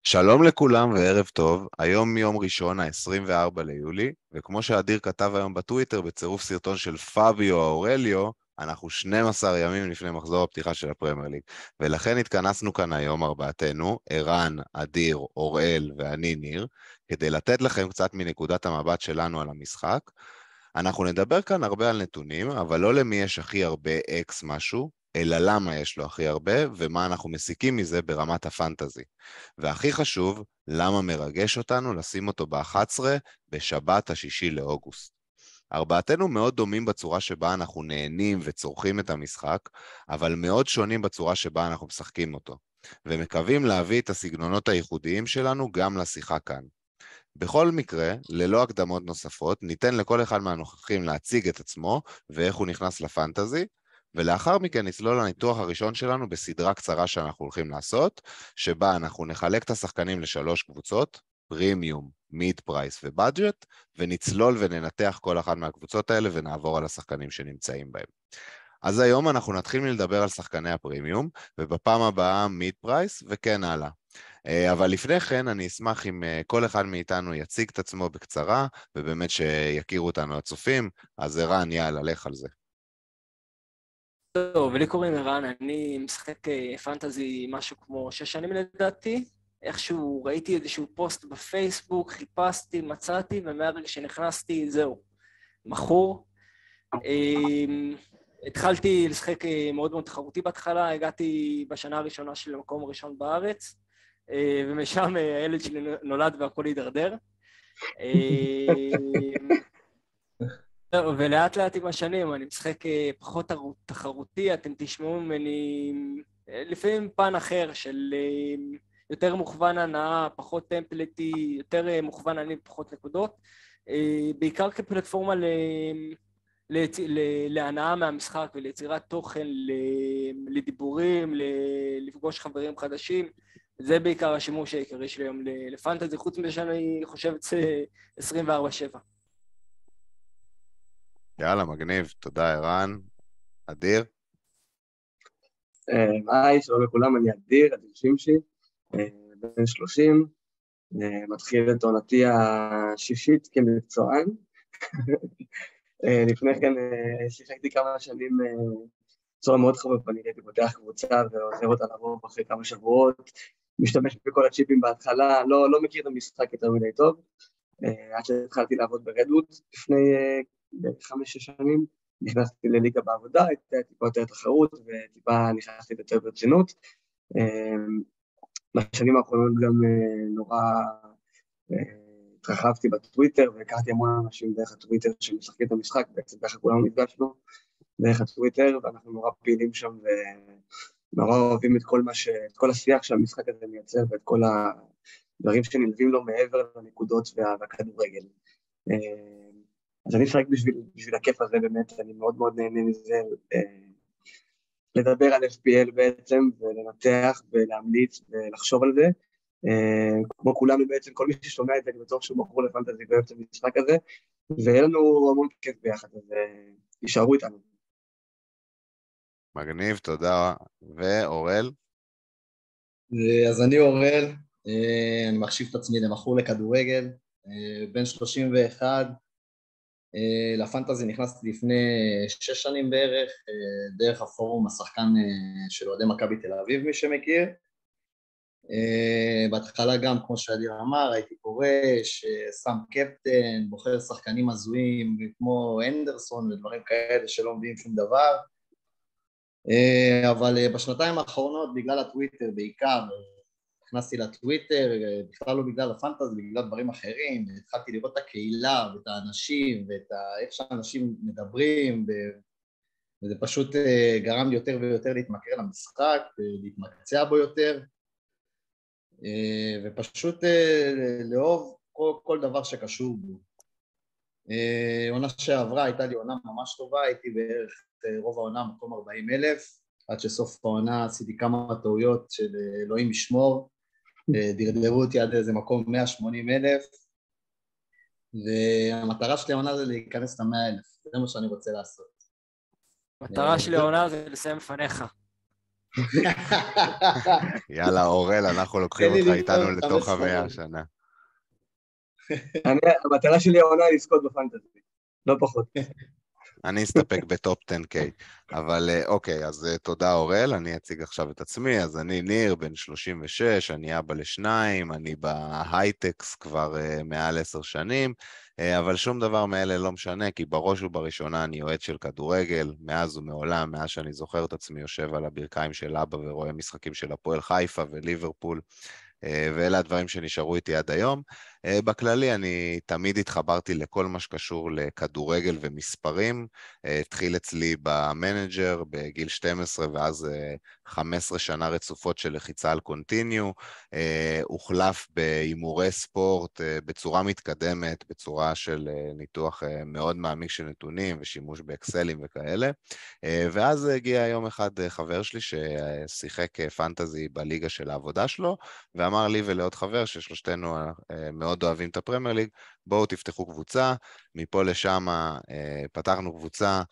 שלום לכולם וערב טוב, היום יום ראשון ה-24 ליולי, וכמו שאדיר כתב היום בטוויטר בצירוף סרטון של פאביו אורליו, אנחנו 12 ימים לפני מחזור הפתיחה של הפרמייר ליג, ולכן התכנסנו כאן היום ארבעתנו, ערן, אדיר, אוראל ואני ניר, כדי לתת לכם קצת מנקודת המבט שלנו על המשחק. אנחנו נדבר כאן הרבה על נתונים, אבל לא למי יש הכי הרבה אקס משהו, אלא למה יש לו הכי הרבה, ומה אנחנו מסיקים מזה ברמת הפנטזי. והכי חשוב, למה מרגש אותנו לשים אותו ב-11 בשבת ה-6 לאוגוסט. ארבעתנו מאוד דומים בצורה שבה אנחנו נהנים וצורכים את המשחק, אבל מאוד שונים בצורה שבה אנחנו משחקים אותו, ומקווים להביא את הסגנונות הייחודיים שלנו גם לשיחה כאן. בכל מקרה, ללא הקדמות נוספות, ניתן לכל אחד מהנוכחים להציג את עצמו ואיך הוא נכנס לפנטזי, ולאחר מכן נצלול לניתוח הראשון שלנו בסדרה קצרה שאנחנו הולכים לעשות, שבה אנחנו נחלק את השחקנים לשלוש קבוצות, פרימיום, מיד פרייס ובאדג'ט, ונצלול וננתח כל אחת מהקבוצות האלה ונעבור על השחקנים שנמצאים בהם. אז היום אנחנו נתחיל מלדבר על שחקני הפרימיום, ובפעם הבאה מיד פרייס וכן הלאה. אבל לפני כן אני אשמח אם כל אחד מאיתנו יציג את עצמו בקצרה, ובאמת שיכירו אותנו הצופים, אז ערן, יאללה, לך על זה. טוב, ולי קוראים ערן, אני משחק פנטזי משהו כמו 6 שנים לדעתי. איכשהו ראיתי איזשהו פוסט בפייסבוק, חיפשתי, מצאתי, ומהרגע שנכנסתי, זהו, מכור. התחלתי לשחק מאוד מאוד תחרותי בהתחלה, הגעתי בשנה הראשונה של המקום הראשון בארץ, ומשם הילד שלי נולד והכל הידרדר. ולאט לאט עם השנים, אני משחק פחות תחרותי, אתם תשמעו ממני לפעמים פן אחר של יותר מוכוון הנאה, פחות טמפלטי, יותר מוכוון אני פחות נקודות, בעיקר כפלטפורמה להנאה מהמשחק וליצירת תוכן, לדיבורים, לפגוש חברים חדשים. זה בעיקר השימוש העיקרי שלי היום לפנטזי, חוץ מזה שאני חושב את זה 24/7. יאללה, מגניב, תודה ערן. אדיר? היי, שלום לכולם, אני אדיר שמשי, בן 30, מתחיל את עונתי השישית כמקצוען. לפני כן שיחקתי כמה שנים בצורה מאוד חובבנית, הייתי פותח קבוצה ועוזר אותה לעבור אחרי כמה שבועות, משתמש בכל הצ'יפים בהתחלה, לא מכיר את המשחק יותר מדי טוב, עד שהתחלתי לעבוד ברדווד לפני 5-6 שנים, נכנסתי לליגה בעבודה, הייתה טיפה יותר תחרות, וטיפה נכנסתי יותר ברצינות. בשנים האחרונות גם נורא התרחבתי בטוויטר, והכרתי המון אנשים דרך הטוויטר שמשחקים את המשחק, בעצם ככה כולנו נפגשנו דרך הטוויטר, ואנחנו נורא פעילים שם, ונורא אוהבים את כל השיח שהמשחק הזה מייצר, ואת כל הדברים שנלווים לו מעבר לנקודות והכדורגל. אז אני משחק בשביל הכיף הזה באמת, אני מאוד מאוד נהנה מזה, לדבר על FPL בעצם, ולנתח ולהמליץ ולחשוב על זה, כמו כולנו בעצם, כל מי ששומע את זה, אני בטוח שהוא מכור לפנטזי ואוהב את המשחק הזה, ויהיה לנו המון כיף ביחד, אז יישארו איתנו. מגניב, תודה. ואורל? אז אני אורל, אני מחשיב את עצמי למכור לכדורגל, בן 31, לפנטזי נכנסתי לפני 6 שנים בערך, דרך הפורום השחקן של אוהדי מכבי תל אביב, מי שמכיר. בהתחלה גם, כמו שאדיר אמר, הייתי פורש, שם קפטן, בוחר שחקנים הזויים, כמו אנדרסון ודברים כאלה שלא מביאים שום דבר. אבל בשנתיים האחרונות, בגלל הטוויטר בעיקר, נכנסתי לטוויטר, בכלל לא בגלל הפנטזי, בגלל דברים אחרים, והתחלתי לראות את הקהילה ואת האנשים ואיך שאנשים מדברים, וזה פשוט גרם לי יותר ויותר להתמכר למשחק, להתמקצע בו יותר, ופשוט לאהוב כל דבר שקשור בו. עונה שעברה הייתה לי עונה ממש טובה, הייתי בערך רוב העונה מקום 40,000, עד שסוף העונה עשיתי כמה טעויות של אלוהים ישמור, דרדרו אותי עד איזה מקום 180,000, והמטרה שלי העונה זה להיכנס ל100,000, זה מה שאני רוצה לעשות. המטרה שלי העונה זה לסיים לפניך. יאללה, אורל, אנחנו לוקחים תן לי אותך איתנו לבחור לתוך 5 המאה ספרים. השנה. המטרה שלי העונה היא לזכות בפנטזי, לא פחות. אני אסתפק בטופ 10K, אבל אוקיי, אז תודה אורל, אני אציג עכשיו את עצמי, אז אני ניר, בן 36, אני אבא לשניים, אני בהייטקס כבר מעל 10 שנים, אבל שום דבר מאלה לא משנה, כי בראש ובראשונה אני אוהד של כדורגל, מאז ומעולם, מאז שאני זוכר את עצמי יושב על הברכיים של אבא ורואה משחקים של הפועל חיפה וליברפול, ואלה הדברים שנשארו איתי עד היום. בכללי אני תמיד התחברתי לכל מה שקשור לכדורגל ומספרים, התחיל אצלי במנג'ר בגיל 12 ואז 15 שנה רצופות של לחיצה על קונטיניו, הוחלף בהימורי ספורט בצורה מתקדמת, בצורה של ניתוח מאוד מעמיק של נתונים ושימוש באקסלים וכאלה, ואז הגיע יום אחד חבר שלי ששיחק פנטזי בליגה של העבודה שלו, ואמר לי ולעוד חבר ששלושתנו מאוד אוהבים את הפרמייר ליג, בואו תפתחו קבוצה, מפה לשם פתחנו קבוצה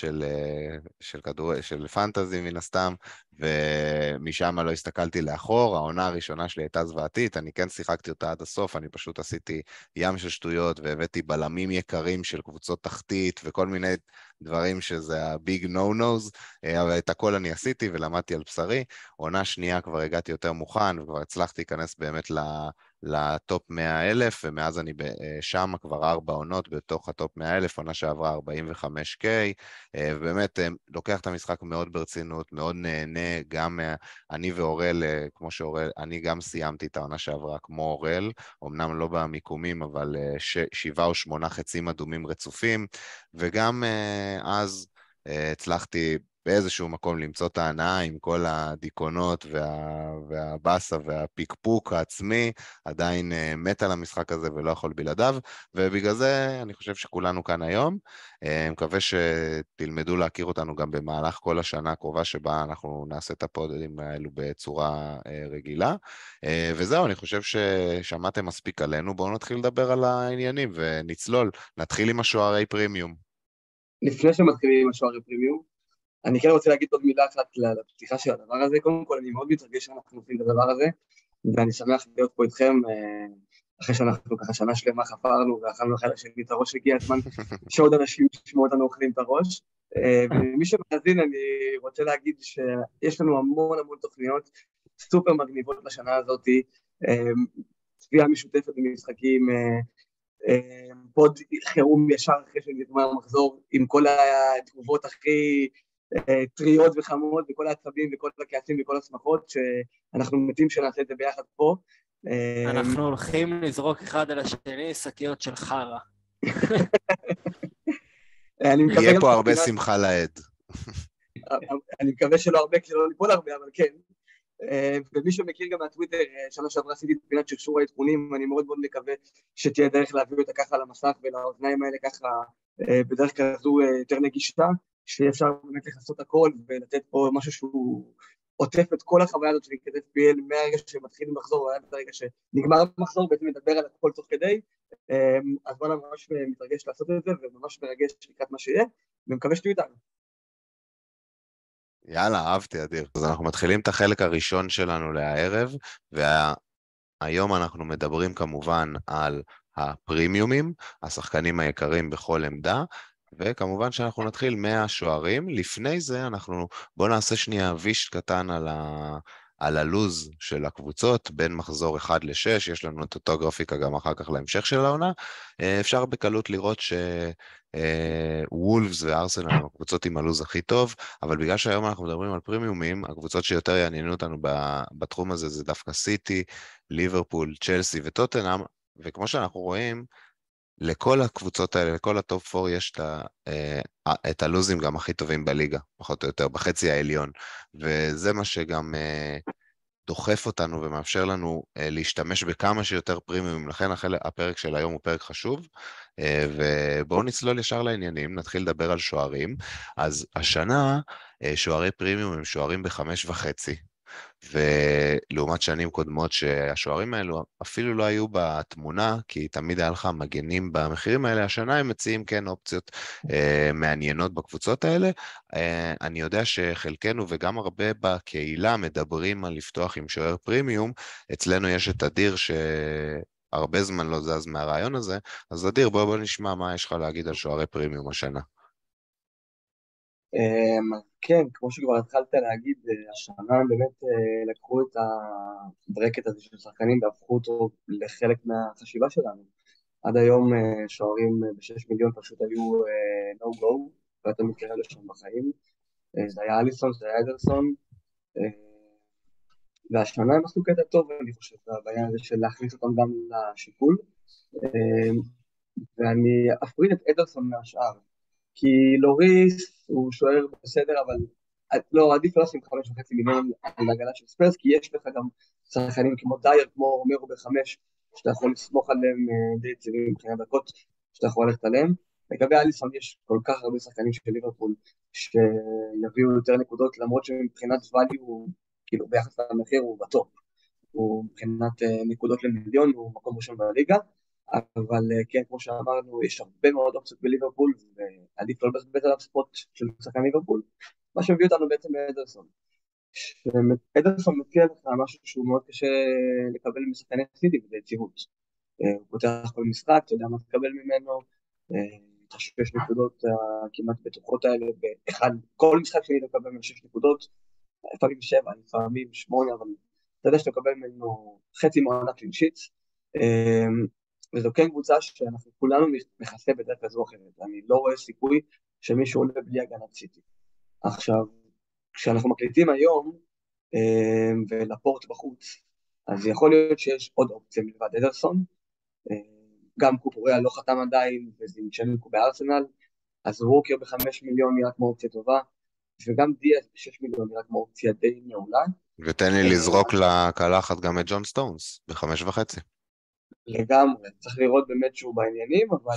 של פנטזי מן הסתם, ומשם לא הסתכלתי לאחור, העונה הראשונה שלי הייתה זוועתית, אני כן שיחקתי אותה עד הסוף, אני פשוט עשיתי ים של שטויות, והבאתי בלמים יקרים של קבוצות תחתית, וכל מיני דברים שזה הביג נו-נוז, אבל את הכל אני עשיתי ולמדתי על בשרי, עונה שנייה כבר הגעתי יותר מוכן, וכבר הצלחתי להיכנס באמת לטופ 100,000, ומאז אני שם כבר 4 עונות בתוך הטופ 100,000, עונה שעברה 45K, ובאמת לוקח את המשחק מאוד ברצינות, מאוד נהנה, גם אני ואורל, כמו שאורל, אני גם סיימתי את העונה שעברה כמו אורל, אמנם לא במיקומים, אבל 7 או 8 חצים אדומים רצופים, וגם אז הצלחתי באיזשהו מקום למצוא את ההנאה עם כל הדיכאונות והבאסה והפיקפוק העצמי, עדיין מת על המשחק הזה ולא יכול בלעדיו, ובגלל זה אני חושב שכולנו כאן היום. מקווה שתלמדו להכיר אותנו גם במהלך כל השנה הקרובה שבה אנחנו נעשה את הפודלים האלו בצורה רגילה. וזהו, אני חושב ששמעתם מספיק עלינו, בואו נתחיל לדבר על העניינים ונצלול, נתחיל עם השוערי פרימיום. לפני שמתחילים עם השוערי פרימיום, אני כן רוצה להגיד עוד מילה אחת לפתיחה של הדבר הזה. קודם כל, אני מאוד מתרגש שאנחנו עושים את הדבר הזה, ואני שמח להיות פה איתכם, אחרי שאנחנו ככה שנה שלמה חפרנו, ואכלנו אחד לשני את הראש, הגיע הזמן שעוד אנשים ישמעו אותנו אוכלים את הראש. ומי שמאזין, אני רוצה להגיד שיש לנו המון המון תוכניות סופר מגניבות לשנה הזאת, צפייה משותפת במשחקים, פוד חירום ישר אחרי שנגמר המחזור, עם כל התגובות הכי טריות וחמות, וכל העצבים וכל הכעסים וכל השמחות, שאנחנו מתים שנעשה את זה ביחד פה. אנחנו הולכים לזרוק אחד על השני שקיות של חרה. יהיה פה הרבה שמחה לעד. אני מקווה שלא הרבה, כשלא ניפול הרבה, אבל כן. ומי שמכיר גם מהטוויטר, שנה שעברה עשיתי את פינת שרשור העדכונים, אני מאוד מאוד מקווה שתהיה דרך להביא אותה ככה למסך ולאוזניים האלה ככה בדרך כזו יותר נגישה, שאפשר באמת לחסות הכל ולתת פה משהו שהוא עוטף את כל החוויה הזאת של כתב PL מהרגע שמתחילים לחזור, ועד הרגע שנגמר המחזור, בעצם מדבר על הכל תוך כדי. אז בואו ממש מתרגש לעשות את זה, וממש מרגש לקראת מה שיהיה, ומקווה שתהיו איתנו. יאללה, אהבתי, אדיר. אז אנחנו מתחילים את החלק הראשון שלנו לערב, והיום אנחנו מדברים כמובן על הפרימיומים, השחקנים היקרים בכל עמדה, וכמובן שאנחנו נתחיל מהשוערים. לפני זה בואו נעשה שנייה ויש קטן על הלוז של הקבוצות, בין מחזור 1 ל-6, יש לנו את אותו גרפיקה גם אחר כך להמשך של העונה, אפשר בקלות לראות וולפס וארסנל הם הקבוצות עם הלוז הכי טוב, אבל בגלל שהיום אנחנו מדברים על פרימיומים, הקבוצות שיותר יעניינו אותנו בתחום הזה זה דווקא סיטי, ליברפול, צ'לסי וטוטנהאם, וכמו שאנחנו רואים, לכל הקבוצות האלה, לכל הטופ 4 יש את הלוזים גם הכי טובים בליגה, פחות או יותר, בחצי העליון, וזה מה שגם דוחף אותנו ומאפשר לנו להשתמש בכמה שיותר פרימיומים, לכן הפרק של היום הוא פרק חשוב, ובואו נצלול ישר לעניינים, נתחיל לדבר על שוערים. אז השנה שוערי פרימיום הם שוערים ב5.5, ולעומת שנים קודמות שהשוערים האלו אפילו לא היו בתמונה, כי תמיד היה לך מגנים במחירים האלה, השנה הם מציעים כן אופציות מעניינות בקבוצות האלה. אני יודע שחלקנו וגם הרבה בקהילה מדברים על לפתוח עם שוער פרימיום, אצלנו יש את אדיר שהרבה זמן לא זז מהרעיון הזה, אז אדיר בוא נשמע מה יש לך להגיד על שוערי פרימיום השנה. כן, כמו שכבר התחלת להגיד, השנה באמת לקחו את הברקט הזה של שחקנים והפכו אותו לחלק מהחשיבה שלנו. עד היום שוערים ב6 מיליון פשוט היו no go, ואתה מתקרב לשם בחיים. זה היה אליסון, זה היה אדרסון, והשנה הם עשו קטע טוב, אני חושב, בעניין הזה של להכניס אותם גם לשיקול, ואני אפריד את אדרסון מהשאר, כי לוריס הוא שוער בסדר, אבל לא, עדיף לא לשים 5.5 מיליון על הגנה של ספרס, כי יש לך גם שחקנים כמו דייר, כמו רומרו ב5, שאתה יכול לסמוך עליהם די יציבים מבחינת דקות, שאתה יכול ללכת עליהם. לגבי אליסון יש כל כך הרבה שחקנים של ליברפול שיביאו יותר נקודות, למרות שמבחינת value, כאילו ביחס למחיר הוא בטופ, הוא מבחינת נקודות למיליון, הוא מקום ראשון בליגה, אבל כן, כמו שאמרנו, יש הרבה מאוד אופציות בליברפול, ועדיף לא לבזבז עליו ספוט של שחקן ליברפול, מה שמביא אותנו בעצם לאדרסון. אדרסון מציע לך משהו שהוא מאוד קשה לקבל משחקני סיטי, וזה יציבות. הוא פותח כל משחק, אתה יודע מה תקבל ממנו, תשפש נקודות כמעט בטוחות האלה, כל משחק שני אתה מקבל ממנו 6 נקודות, לפעמים 7, לפעמים 8, אבל אתה יודע שאתה מקבל ממנו חצי מעונה קלינשיט, וזו כן קבוצה שאנחנו כולנו מכסה בדרך כזו או אחרת. אני לא רואה סיכוי שמישהו עולה בלי הגנת סיטי. עכשיו, כשאנחנו מקליטים היום, ולפורט בחוץ, אז יכול להיות שיש עוד אופציה מלבד אדרסון, גם קופוריה לא חתם עדיין, וזינצ'נקו בארסנל, אז ווקר ב5 מיליון נראה כמו אופציה טובה, וגם דיאז ב6 מיליון נראה כמו אופציה די מעולה. ותן לי לזרוק לקלחת גם את ג'ון סטונס ב5.5. לגמרי, צריך לראות באמת שהוא בעניינים, אבל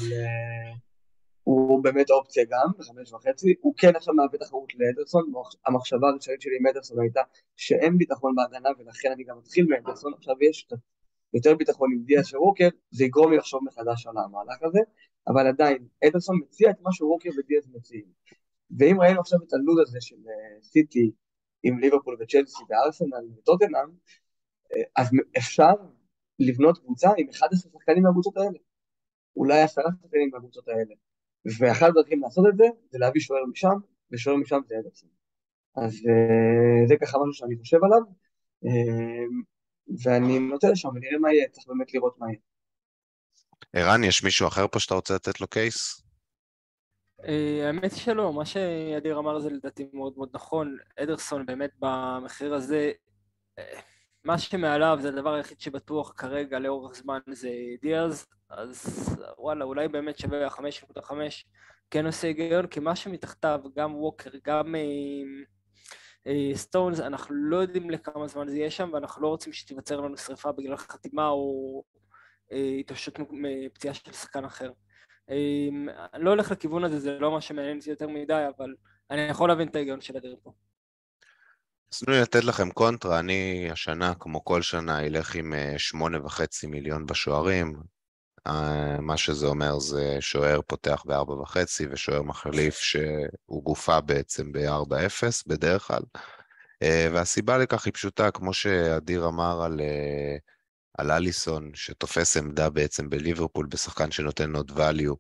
הוא באמת אופציה גם ב5.5, הוא כן עכשיו מהווה תחרות לאדרסון, המחשבה הראשונית שלי עם אדרסון הייתה שאין ביטחון בהגנה, ולכן אני גם מתחיל מאדרסון, עכשיו יש יותר ביטחון עם דיאז של ווקר, זה יגרום לי לחשוב מחדש על המהלך הזה, אבל עדיין, אדרסון מציע את מה שווקר ודיאז מציעים. ואם ראינו עכשיו את הלוז הזה של סיטי עם ליברפול וצ'לסי וארסנל וטוטנהאם, אז אפשר לבנות קבוצה עם 11 שחקנים מהקבוצות האלה. אולי 10 שחקנים מהקבוצות האלה. ואחת הדרכים לעשות את זה, זה להביא שוער משם, ושוער משם זה אדרסון. אז זה ככה משהו שאני חושב עליו, ואני נוטה לשם, ונראה מה יהיה, צריך באמת לראות מה יהיה. ערן, יש מישהו אחר פה שאתה רוצה לתת לו קייס? האמת היא שלא, מה שאדיר אמר זה לדעתי מאוד מאוד נכון, אדרסון באמת במחיר הזה, מה שמעליו זה הדבר היחיד שבטוח כרגע לאורך זמן זה דיאז, אז וואלה, אולי באמת שווה 5.5, כן עושה היגיון, כי מה שמתחתיו, גם ווקר, גם סטונס, אנחנו לא יודעים לכמה זמן זה יהיה שם, ואנחנו לא רוצים שתיווצר לנו שריפה בגלל חתימה או התאוששות מפציעה של שחקן אחר. אני לא הולך לכיוון הזה, זה לא מה שמעניין אותי יותר מדי, אבל אני יכול להבין את ההיגיון של אדיר פה. אז תנו לי לתת לכם קונטרה, אני השנה, כמו כל שנה, אלך עם 8.5 מיליון בשוערים, מה שזה אומר זה שוער פותח ב4.5 ושוער מחליף שהוא גופה בעצם ב4.0 בדרך כלל, והסיבה לכך היא פשוטה, כמו שאדיר אמר על אליסון, שתופס עמדה בעצם בליברפול בשחקן שנותן עוד value,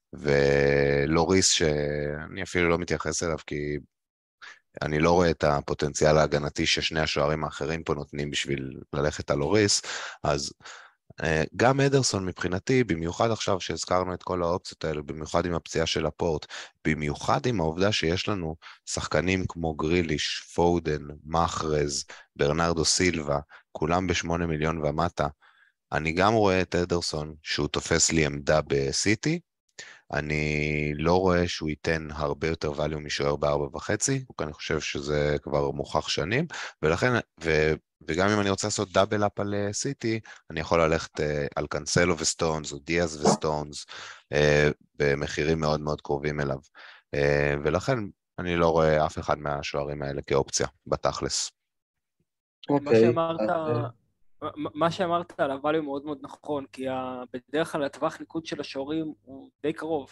ולוריס שאני אפילו לא מתייחס אליו כי אני לא רואה את הפוטנציאל ההגנתי ששני השוערים האחרים פה נותנים בשביל ללכת על לוריס, אז גם אדרסון מבחינתי, במיוחד עכשיו שהזכרנו את כל האופציות האלה, במיוחד עם הפציעה של הפורט, במיוחד עם העובדה שיש לנו שחקנים כמו גריליש, פודן, מחרז, ברנרדו סילבה, כולם ב8 מיליון ומטה, אני גם רואה את אדרסון שהוא תופס לי עמדה בסיטי, אני לא רואה שהוא ייתן הרבה יותר value משוער ב4.5, אני חושב שזה כבר מוכח שנים, ולכן, וגם אם אני רוצה לעשות דאבל אפ על סיטי, אני יכול ללכת על קנסלו וסטונס, או דיאז וסטונס, במחירים מאוד מאוד קרובים אליו, ולכן אני לא רואה אף אחד מהשוערים האלה כאופציה, בתכלס. מה אוקיי, שאמרת, אז מה שאמרת על הvalue מאוד מאוד נכון, כי בדרך כלל הטווח ניקוד של השוערים הוא די קרוב.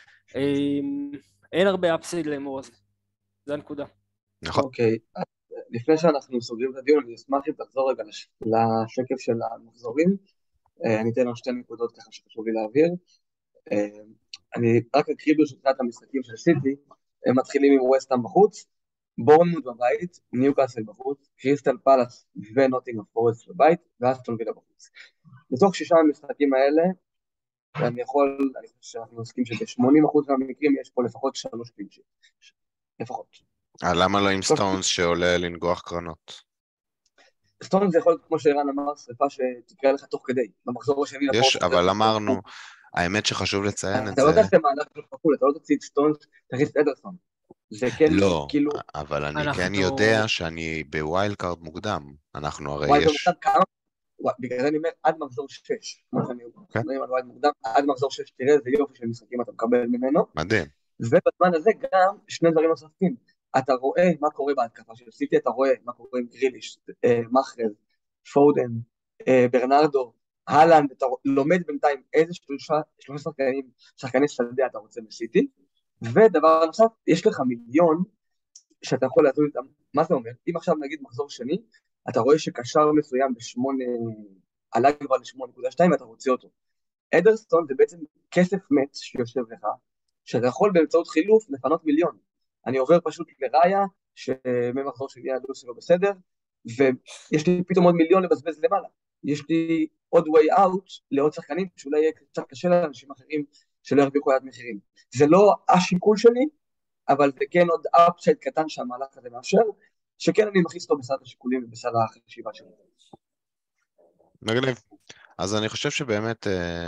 אין הרבה אפסייד להימור הזה, זה הנקודה. נכון. אוקיי, אז לפני שאנחנו סוגרים את הדיון, אני אשמח אם תחזור רגע לשקף של המחזורים. אני אתן עוד שתי נקודות ככה שחשוב לי להעביר. אה, אני רק אקריא ברשותך את המשחקים של סיטי. הם מתחילים עם ווסטהאם בחוץ, בורנמוט בבית, ניוקאסל בחוץ, קריסטל פלאס ונוטינגהאם פורסט בבית, ואסטון וילה בחוץ. בתוך שישה המשחקים האלה, אני חושב שאנחנו מסכים שב-80% מהמקרים יש פה לפחות 3 קלינצ'ים. לפחות. למה לא עם סטונס שעולה לנגוח קרנות? סטון זה יכול להיות, כמו שערן אמר, שריפה שתקרה לך תוך כדי, במחזור השני יש, לפורט. אבל אמרנו, האמת שחשוב לציין את אתה לא זה. תעשה מהלך של חפול, אתה לא תוציא את סטון, תכניס את אדרסון. זה כן, לא, כאילו, אבל אני כן אנחנו... יודע שאני בווילד קארד מוקדם. אנחנו הרי וואי, יש... במוקדם כמה? בגלל זה אני אומר, עד מחזור 6. כמו שאני מדברים על וואי מוקדם, עד מחזור 6, תראה איזה יופי של משחקים אתה מקבל ממנו. מדהים. ובזמן הזה גם שני דברים נוספים. אתה רואה מה קורה בהתקפה של סיטי, אתה רואה מה קורה עם גריליש, מחרז, פודן, ברנרדו, הלנד, אתה לומד בינתיים איזה שלושה שחקני שדה אתה רוצה בסיטי, ודבר נוסף, יש לך מיליון שאתה יכול להזוז איתם. מה זה אומר? אם עכשיו נגיד מחזור שני, אתה רואה שקשר מסוים בשמונה, עלה כבר ל8.2 ואתה רוצה אותו. אדרסטון זה בעצם כסף מת שיושב לך, שאתה יכול באמצעות חילוף לפנות מיליון. אני עובר פשוט לראיה, שממחזור שלי הדוס שלו בסדר, ויש לי פתאום עוד מיליון לבזבז למעלה. יש לי עוד way out לעוד שחקנים, שאולי יהיה קצת קשה לאנשים אחרים שלא ירוויחו יד מחירים. זה לא השיקול שלי, אבל זה כן עוד אפסייד קטן שהמהלך הזה מאפשר, שכן אני מכניס אותו בסד השיקולים ובסד החשיבה שלי. מגניב. אז אני חושב שבאמת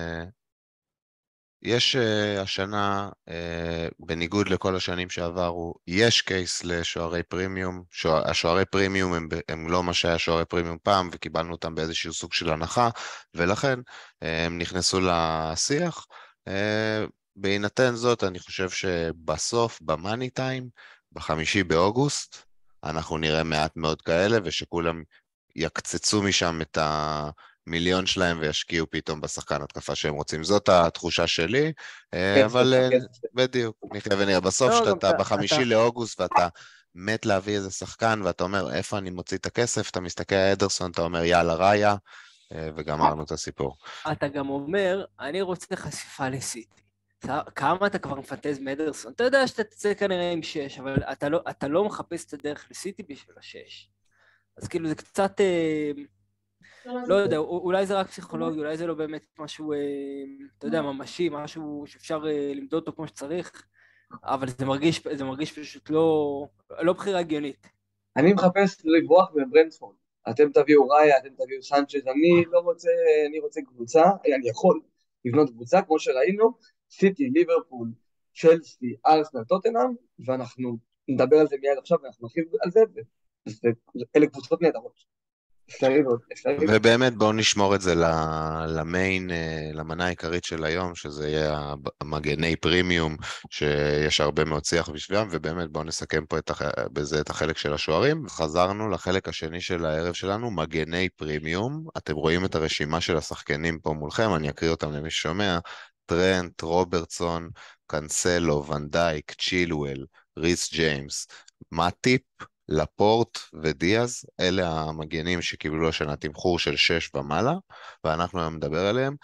יש השנה, בניגוד לכל השנים שעברו, יש קייס לשוערי פרימיום. השוערי פרימיום הם לא מה שהיה שוערי פרימיום פעם, וקיבלנו אותם באיזשהו סוג של הנחה, ולכן הם נכנסו לשיח. בהינתן זאת, אני חושב שבסוף, במאני טיים, ב5 באוגוסט, אנחנו נראה מעט מאוד כאלה, ושכולם יקצצו משם את המיליון שלהם וישקיעו פתאום בשחקן התקפה שהם רוצים. זאת התחושה שלי, אבל בדיוק, נחיה ונראה. בסוף שאתה ב5 לאוגוסט ואתה מת להביא איזה שחקן, ואתה אומר, איפה אני מוציא את הכסף? אתה מסתכל על אדרסון, אתה אומר, יאללה, ראיה, וגמרנו את הסיפור. אתה גם אומר, אני רוצה חשיפה לסיטי. כמה אתה כבר מפנטז מאדרסון? אתה יודע שאתה תצא כנראה עם 6, אבל אתה לא מחפש את הדרך לסיטי בשביל 6. אז כאילו זה קצת, לא יודע, אולי זה רק פסיכולוגי, אולי זה לא באמת משהו, אתה יודע, ממשי, משהו שאפשר למדוד אותו כמו שצריך, אבל זה מרגיש פשוט לא בחירה הגיונית. אני מחפש לברוח בברנדפורד. אתם תביאו ראיה, אתם תביאו סנצ'ז, אני רוצה קבוצה, אני יכול לבנות קבוצה, כמו שראינו, סיטי, ליברפול, צ'לסי, ארסנל, טוטנהאם, ואנחנו נדבר על זה מיד עכשיו, ואנחנו נרחיב על זה, אלה קבוצות נהדרות. ובאמת בואו נשמור את זה למיין, למנה העיקרית של היום, שזה יהיה המגני פרימיום, שיש הרבה מאוד שיח בשבילם, ובאמת בואו נסכם פה בזה את החלק של השוערים. חזרנו לחלק השני של הערב שלנו, מגני פרימיום. אתם רואים את הרשימה של השחקנים פה מולכם, אני אקריא אותם למי ששומע: טרנט, רוברטסון, קנסלו, ונדייק, צ'ילואל, ריס ג'יימס, מאטיפ, לפורט ודיאז. אלה המגנים שקיבלו השנה תמחור של 6 ומעלה, ואנחנו היום נדבר עליהם.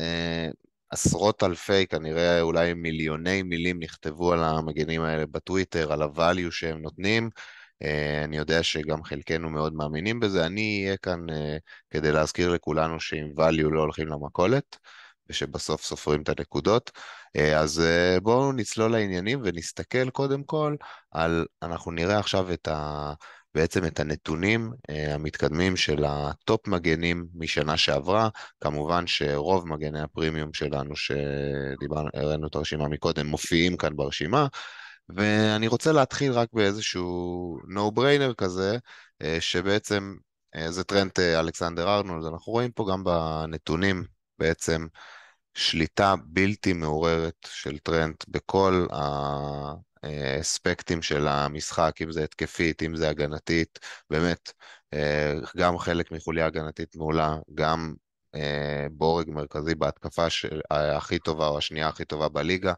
עשרות אלפי, כנראה אולי מיליוני מילים נכתבו על המגנים האלה בטוויטר, על הvalue שהם נותנים. אני יודע שגם חלקנו מאוד מאמינים בזה. אני אהיה כאן כדי להזכיר לכולנו שעם value לא הולכים למכולת, ושבסוף סופרים את הנקודות. אז בואו נצלול לעניינים ונסתכל קודם כל אנחנו נראה עכשיו בעצם את הנתונים המתקדמים של הטופ מגנים משנה שעברה. כמובן שרוב מגני הפרימיום שלנו הראינו את הרשימה מקודם מופיעים כאן ברשימה, ואני רוצה להתחיל רק באיזשהו no-brainer כזה, שבעצם זה טרנט אלכסנדר ארנולד. אנחנו רואים פה גם בנתונים בעצם שליטה בלתי מעוררת של טרנט בכל האספקטים של המשחק, אם זה התקפית, אם זה הגנתית. באמת, גם חלק מחוליה הגנתית מעולה, גם בורג מרכזי בהתקפה הכי טובה או השנייה הכי טובה בליגה.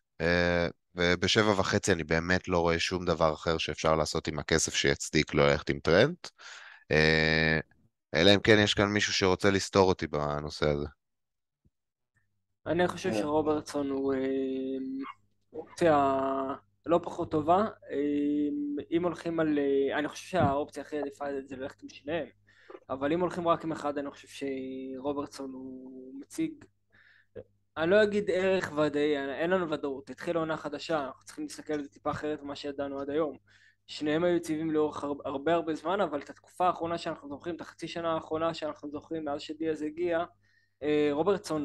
וב7.5 אני באמת לא רואה שום דבר אחר שאפשר לעשות עם הכסף שיצדיק לא ללכת עם טרנט. אלא אם כן יש כאן מישהו שרוצה לסתור אותי בנושא הזה. אני חושב שרוברטסון הוא אופציה לא פחות טובה. אם הולכים על... אני חושב שהאופציה הכי עדיפה זה ללכת עם שניהם, אבל אם הולכים רק עם אחד, אני חושב שרוברטסון הוא מציג, אני לא אגיד ערך ודאי, אין לנו ודאות, התחילה עונה חדשה, אנחנו צריכים להסתכל על זה טיפה אחרת ממה שידענו עד היום. שניהם היו יציבים לאורך הרבה זמן, אבל את התקופה האחרונה שאנחנו זוכרים, את החצי שנה האחרונה שאנחנו זוכרים מאז שדיאז הגיע, רוברטסון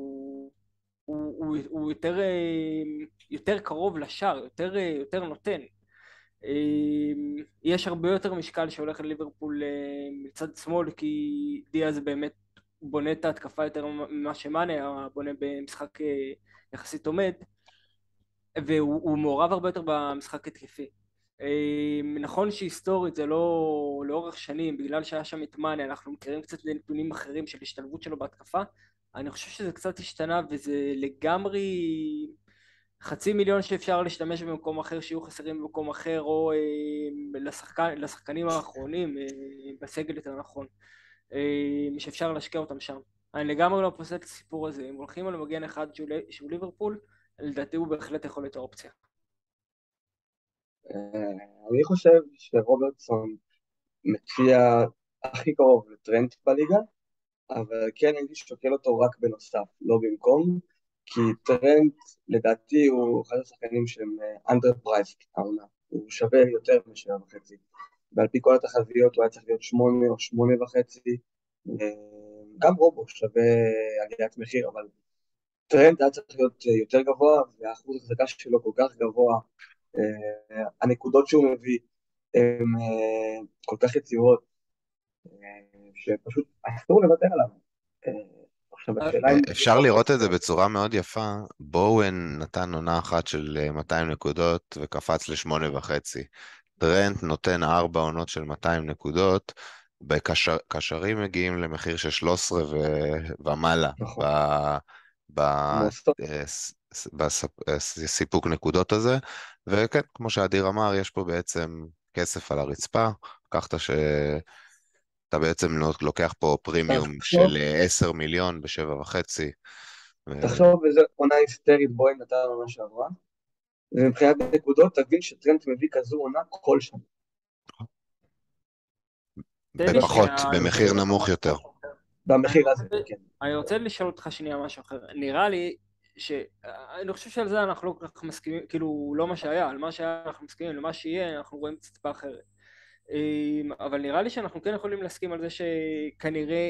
הוא יותר קרוב לשער, יותר נותן. יש הרבה יותר משקל שהולך לליברפול מצד שמאל, כי דיאז באמת בונה את ההתקפה יותר ממה שמאנה בונה במשחק יחסית עומד, והוא מעורב הרבה יותר במשחק התקפי. נכון שהיסטורית זה לא לאורך שנים, בגלל שהיה שם את מאנה, אנחנו מכירים קצת נתונים אחרים של השתלבות שלו בהתקפה. אני חושב שזה קצת השתנה, וזה לגמרי 500,000 שאפשר להשתמש במקום אחר, שיהיו חסרים במקום אחר, או לשחקנים האחרונים בסגל יותר נכון, שאפשר להשקיע אותם שם. אני לגמרי לא פוסל את הסיפור הזה. אם הולכים על מגן אחד שהוא ליברפול, לדעתי הוא בהחלט יכול להיות האופציה. אני חושב שרוברטסון מציע הכי קרוב לטרנט בליגה, אבל כן הייתי שוקל אותו רק בנוסף, לא במקום, כי טרנט לדעתי הוא אחד השחקנים שהם underpriced העונה, הוא שווה יותר מ7.5, ועל פי כל התחזיות הוא היה צריך להיות 8 או 8.5, גם רובו שווה עליית מחיר, אבל טרנט היה צריך להיות יותר גבוה, והאחוז החזקה שלו כל כך גבוה, הנקודות שהוא מביא הן כל כך יציבות, שפשוט אסור לוותר עליו. עכשיו השאלה אם... אפשר לראות את זה בצורה מאוד יפה. בואוין נתן עונה אחת של 200 נקודות וקפץ ל8.5. טרנט נותן 4 עונות של 200 נקודות, בקשרים מגיעים למחיר של 13 ומעלה. נכון. בסיפוק נקודות הזה, וכן, כמו שאדיר אמר, יש פה בעצם כסף על הרצפה, לקחת שאתה בעצם לוקח פה פרימיום של 10 מיליון ב7.5. תחשוב איזה עונה היסטרית בואי נתן עונה שעברה, ומבחינת נקודות תבין שטרנט מביא כזו עונה כל שנה. בפחות, במחיר נמוך יותר. במחיר הזה, כן. אני רוצה לשאול אותך שנייה משהו אחר. נראה לי אני חושב שעל זה אנחנו לא כל כך מסכימים, כאילו לא מה שהיה, על מה שהיה אנחנו מסכימים, למה שיהיה אנחנו רואים ציפה אחרת. אבל נראה לי שאנחנו כן יכולים להסכים על זה שכנראה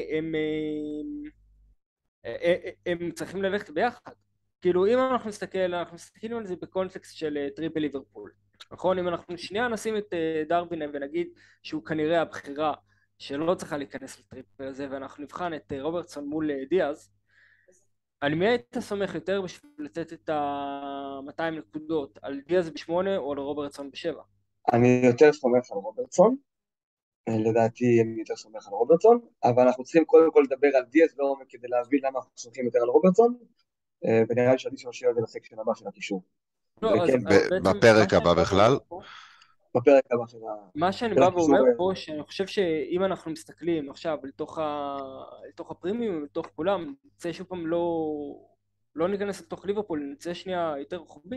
הם צריכים ללכת ביחד. כאילו אם אנחנו מסתכלים על זה בקונטקסט של טריפל ליברפול, נכון? אם אנחנו שנייה נשים את דרווין ונגיד שהוא כנראה הבחירה שלא צריכה להיכנס לטריפל הזה, ואנחנו נבחן את רוברטסון מול דיאז, על מי היית סומך יותר בשביל לתת את ה-200 נקודות? על דיאז ב8 או על רוברטסון ב7? אני יותר סומך על רוברטסון, לדעתי אני יותר סומך על רוברטסון, אבל אנחנו צריכים קודם כל לדבר על דיאז לעומק כדי להבין למה אנחנו סומכים יותר על רוברטסון, ונראה לי שעדיף שנשאיר את זה לסקשן הבא של הקישור. בפרק הבא בכלל? בפרק הבא של מה שאני בא ואומר פה, שאני חושב שאם אנחנו מסתכלים עכשיו לתוך הפרימיום, לתוך כולם, נצא שוב פעם לא ניכנס לתוך ליברפול, נצא שנייה יותר רוחבי,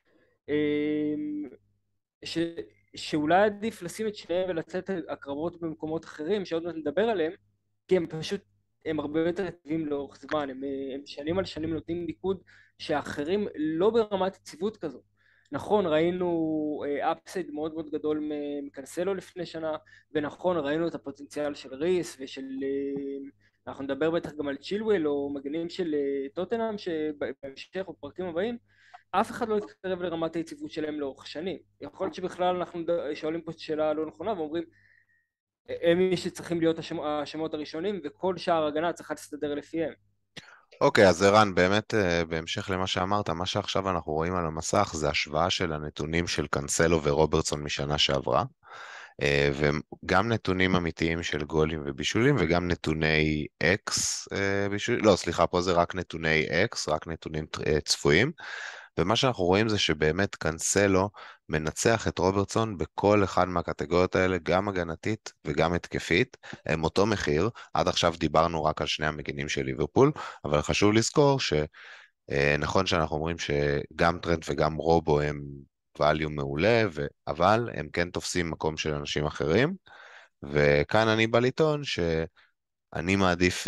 שאולי עדיף לשים את שניהם ולצאת הקרבות במקומות אחרים שעוד מעט נדבר עליהם, כי הם הרבה יותר טובים לאורך זמן, הם שנים על שנים נותנים ניקוד שאחרים לא ברמת יציבות כזו. נכון, ראינו אפסייד מאוד מאוד גדול מקנסלו לפני שנה, ונכון, ראינו את הפוטנציאל של ריס ושל... אנחנו נדבר בטח גם על צ'ילואל או מגנים של טוטנהאם שבהמשך או פרקים הבאים, אף אחד לא יתקרב לרמת היציבות שלהם לאורך שנים. יכול להיות שבכלל אנחנו שואלים פה שאלה לא נכונה ואומרים, הם מי שצריכים להיות השמות הראשונים, וכל שער הגנה צריכה להסתדר לפיהם. אוקיי, אז ערן, באמת בהמשך למה שאמרת, מה שעכשיו אנחנו רואים על המסך זה השוואה של הנתונים של קנסלו ורוברטסון משנה שעברה. וגם נתונים אמיתיים של גולים ובישולים, וגם נתוני אקס, לא, סליחה, פה זה רק נתוני אקס, רק נתונים צפויים, ומה שאנחנו רואים זה שבאמת קנסלו מנצח את רוברטסון בכל אחד מהקטגוריות האלה, גם הגנתית וגם התקפית, הם אותו מחיר, עד עכשיו דיברנו רק על שני המגינים של ליברפול, אבל חשוב לזכור שנכון שאנחנו אומרים שגם טרנט וגם רובו הם value מעולה, אבל הם כן תופסים מקום של אנשים אחרים, וכאן אני בא לטעון שאני מעדיף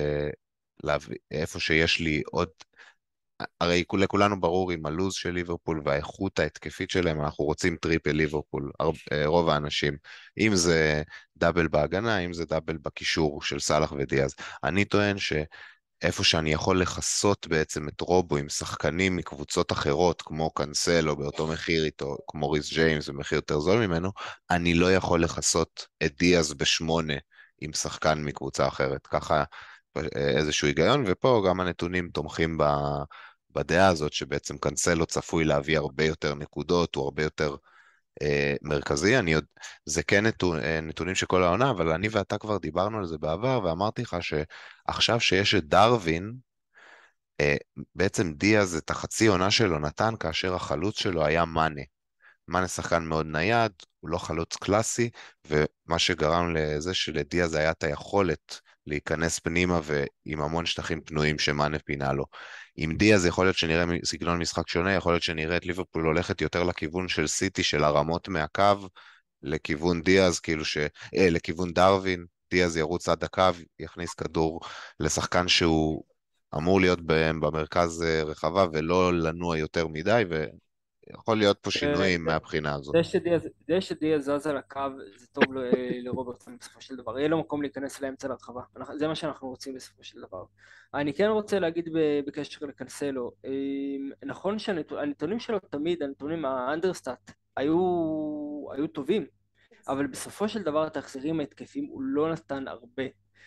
איפה שיש לי עוד, הרי לכולנו ברור עם הלוז של ליברפול והאיכות ההתקפית שלהם, אנחנו רוצים טריפל ליברפול, רוב האנשים, אם זה דאבל בהגנה, אם זה דאבל בקישור של סלאח ודיאז. אני טוען איפה שאני יכול לחסות בעצם את רובו עם שחקנים מקבוצות אחרות, כמו קנסלו באותו מחיר איתו, כמו ריס ג'יימס במחיר יותר זול ממנו, אני לא יכול לחסות את דיאז בשמונה עם שחקן מקבוצה אחרת. ככה איזשהו היגיון, ופה גם הנתונים תומכים בדעה הזאת, שבעצם קנסלו צפוי להביא הרבה יותר נקודות, הוא הרבה יותר מרכזי. זה כן נתונים של כל העונה, אבל אני ואתה כבר דיברנו על זה בעבר, ואמרתי לך שעכשיו שיש את דרווין, בעצם דיאז את החצי עונה שלו נתן, כאשר החלוץ שלו היה מאנה. מאנה שחקן מאוד נייד, הוא לא חלוץ קלאסי, ומה שגרם לזה שלדיאז היה את היכולת להיכנס פנימה ועם המון שטחים פנויים שמאנה פינה לו. עם דיאז יכול להיות שנראה סגנון משחק שונה, יכול להיות שנראה את ליברפול הולכת יותר לכיוון של סיטי, של הרמות מהקו, לכיוון דיאז, לכיוון דרווין, דיאז ירוץ עד הקו, יכניס כדור לשחקן שהוא אמור להיות במרכז רחבה ולא לנוע יותר מדי, ויכול להיות פה שינויים מהבחינה הזאת. זה שדיאז זז על הקו, זה טוב לרוברטסון בסופו של דבר, יהיה לו מקום להיכנס לאמצע לרחבה, זה מה שאנחנו רוצים בסופו של דבר. אני כן רוצה להגיד בקשר לקנסלו, נכון שהנתונים שלו תמיד, הנתונים האנדרסטאט, היו טובים, אבל בסופו של דבר התחזירים ההתקפים הוא לא נתן הרבה.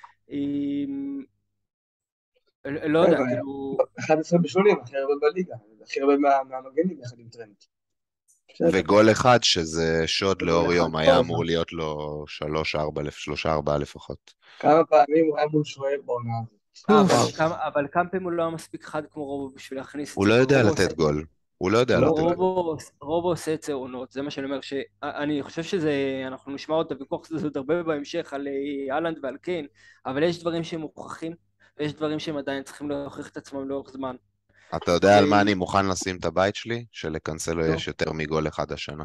לא יודע, כאילו... 11 בשולים, הכי הרבה בליגה, הכי הרבה מהמגנים יחד עם טרנט. וגול אחד שזה שוד לאור יום, היה אמור להיות לו 3-4 לפחות. כמה פעמים הוא היה מול שוער בעונה הזאת. אבל כמה פעמים הוא לא היה מספיק חד כמו רובו בשביל להכניס את זה. הוא לא יודע לתת גול. הוא לא יודע לתת גול. רובו עושה את זה עונות, זה מה שאני אומר, שאני חושב שזה, אנחנו נשמע עוד הוויכוח הזה עוד הרבה בהמשך על אהלנד ועל קיין, אבל יש דברים שהם מוכרחים, ויש דברים שהם עדיין צריכים להוכיח את עצמם לאורך זמן. אתה יודע על מה אני מוכן לשים את הבית שלי? שלקנסלו יש יותר מגול אחד השנה.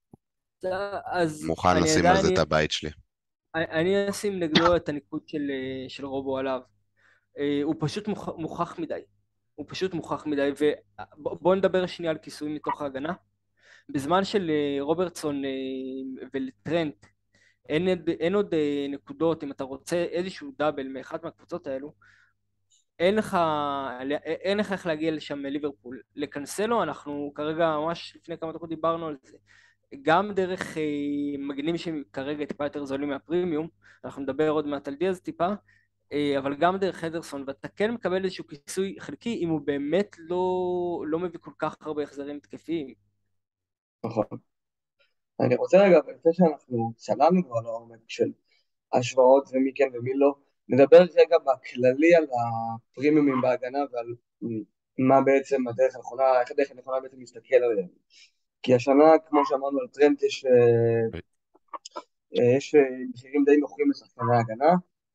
מוכן לשים על זה את הבית שלי. אני אשים נגדו את הניקוד של רובו עליו. הוא פשוט מוכח מדי. הוא פשוט מוכח מדי, ובואו נדבר שנייה על כיסוי מתוך ההגנה. בזמן של רוברטסון ולטרנט, אין עוד נקודות, אם אתה רוצה איזשהו דאבל מאחת מהקבוצות האלו, אין לך איך להגיע לשם ליברפול. לקנסלו אנחנו כרגע ממש לפני כמה דקות דיברנו על זה, גם דרך מגנים שכרגע טיפה יותר זולים מהפרימיום, אנחנו נדבר עוד מעט על דיאז טיפה, אבל גם דרך הדרסון, ואתה כן מקבל איזשהו כיסוי חלקי אם הוא באמת לא מביא כל כך הרבה החזרים תקפיים. נכון. אני רוצה רגע, לפני שאנחנו צללנו על העומק של השוואות ומי כן ומי לא, נדבר רגע בכללי על הפרימיומים בהגנה ועל מה בעצם הדרך הנכונה, איך הדרך הנכונה בעצם להסתכל עליהם. כי השנה, כמו שאמרנו על טרנט, יש מחירים די נוחים לשחקני ההגנה,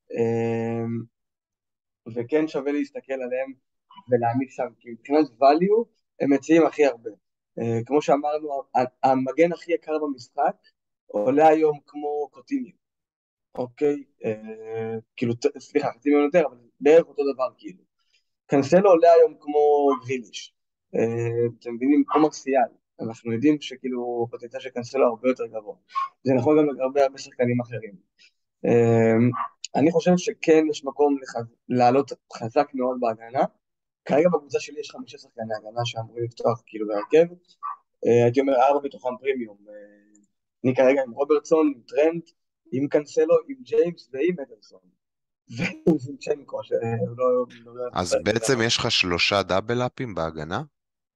וכן שווה להסתכל עליהם ולהעמיד שם, כי מבחינת value הם מציעים הכי הרבה. כמו שאמרנו, המגן הכי יקר במשחק עולה היום כמו קוטיניו, אוקיי? כאילו, סליחה, חצי מיליון יותר, אבל בערך אותו דבר כאילו. קנסלו עולה היום כמו גריליש, אתם מבינים, כמו מרסיאל, אנחנו יודעים שכאילו פוטנציאל של קנסלו הרבה יותר גבוה. זה נכון גם לגבי הרבה שחקנים אחרים. אני חושב שכן יש מקום לעלות חזק מאוד בהגנה. כרגע בקבוצה שלי יש 5 שחקני הגנה שאמורים לפתוח כאילו בהרכב. הייתי אומר 4 בתוכם פרימיום. אני כרגע עם רוברטסון, עם טרנט, עם קנסלו, עם ג'יימס ועם אדרסון. ועם זינצ'נקו אז בעצם יש לך 3 דאבל-אפים בהגנה?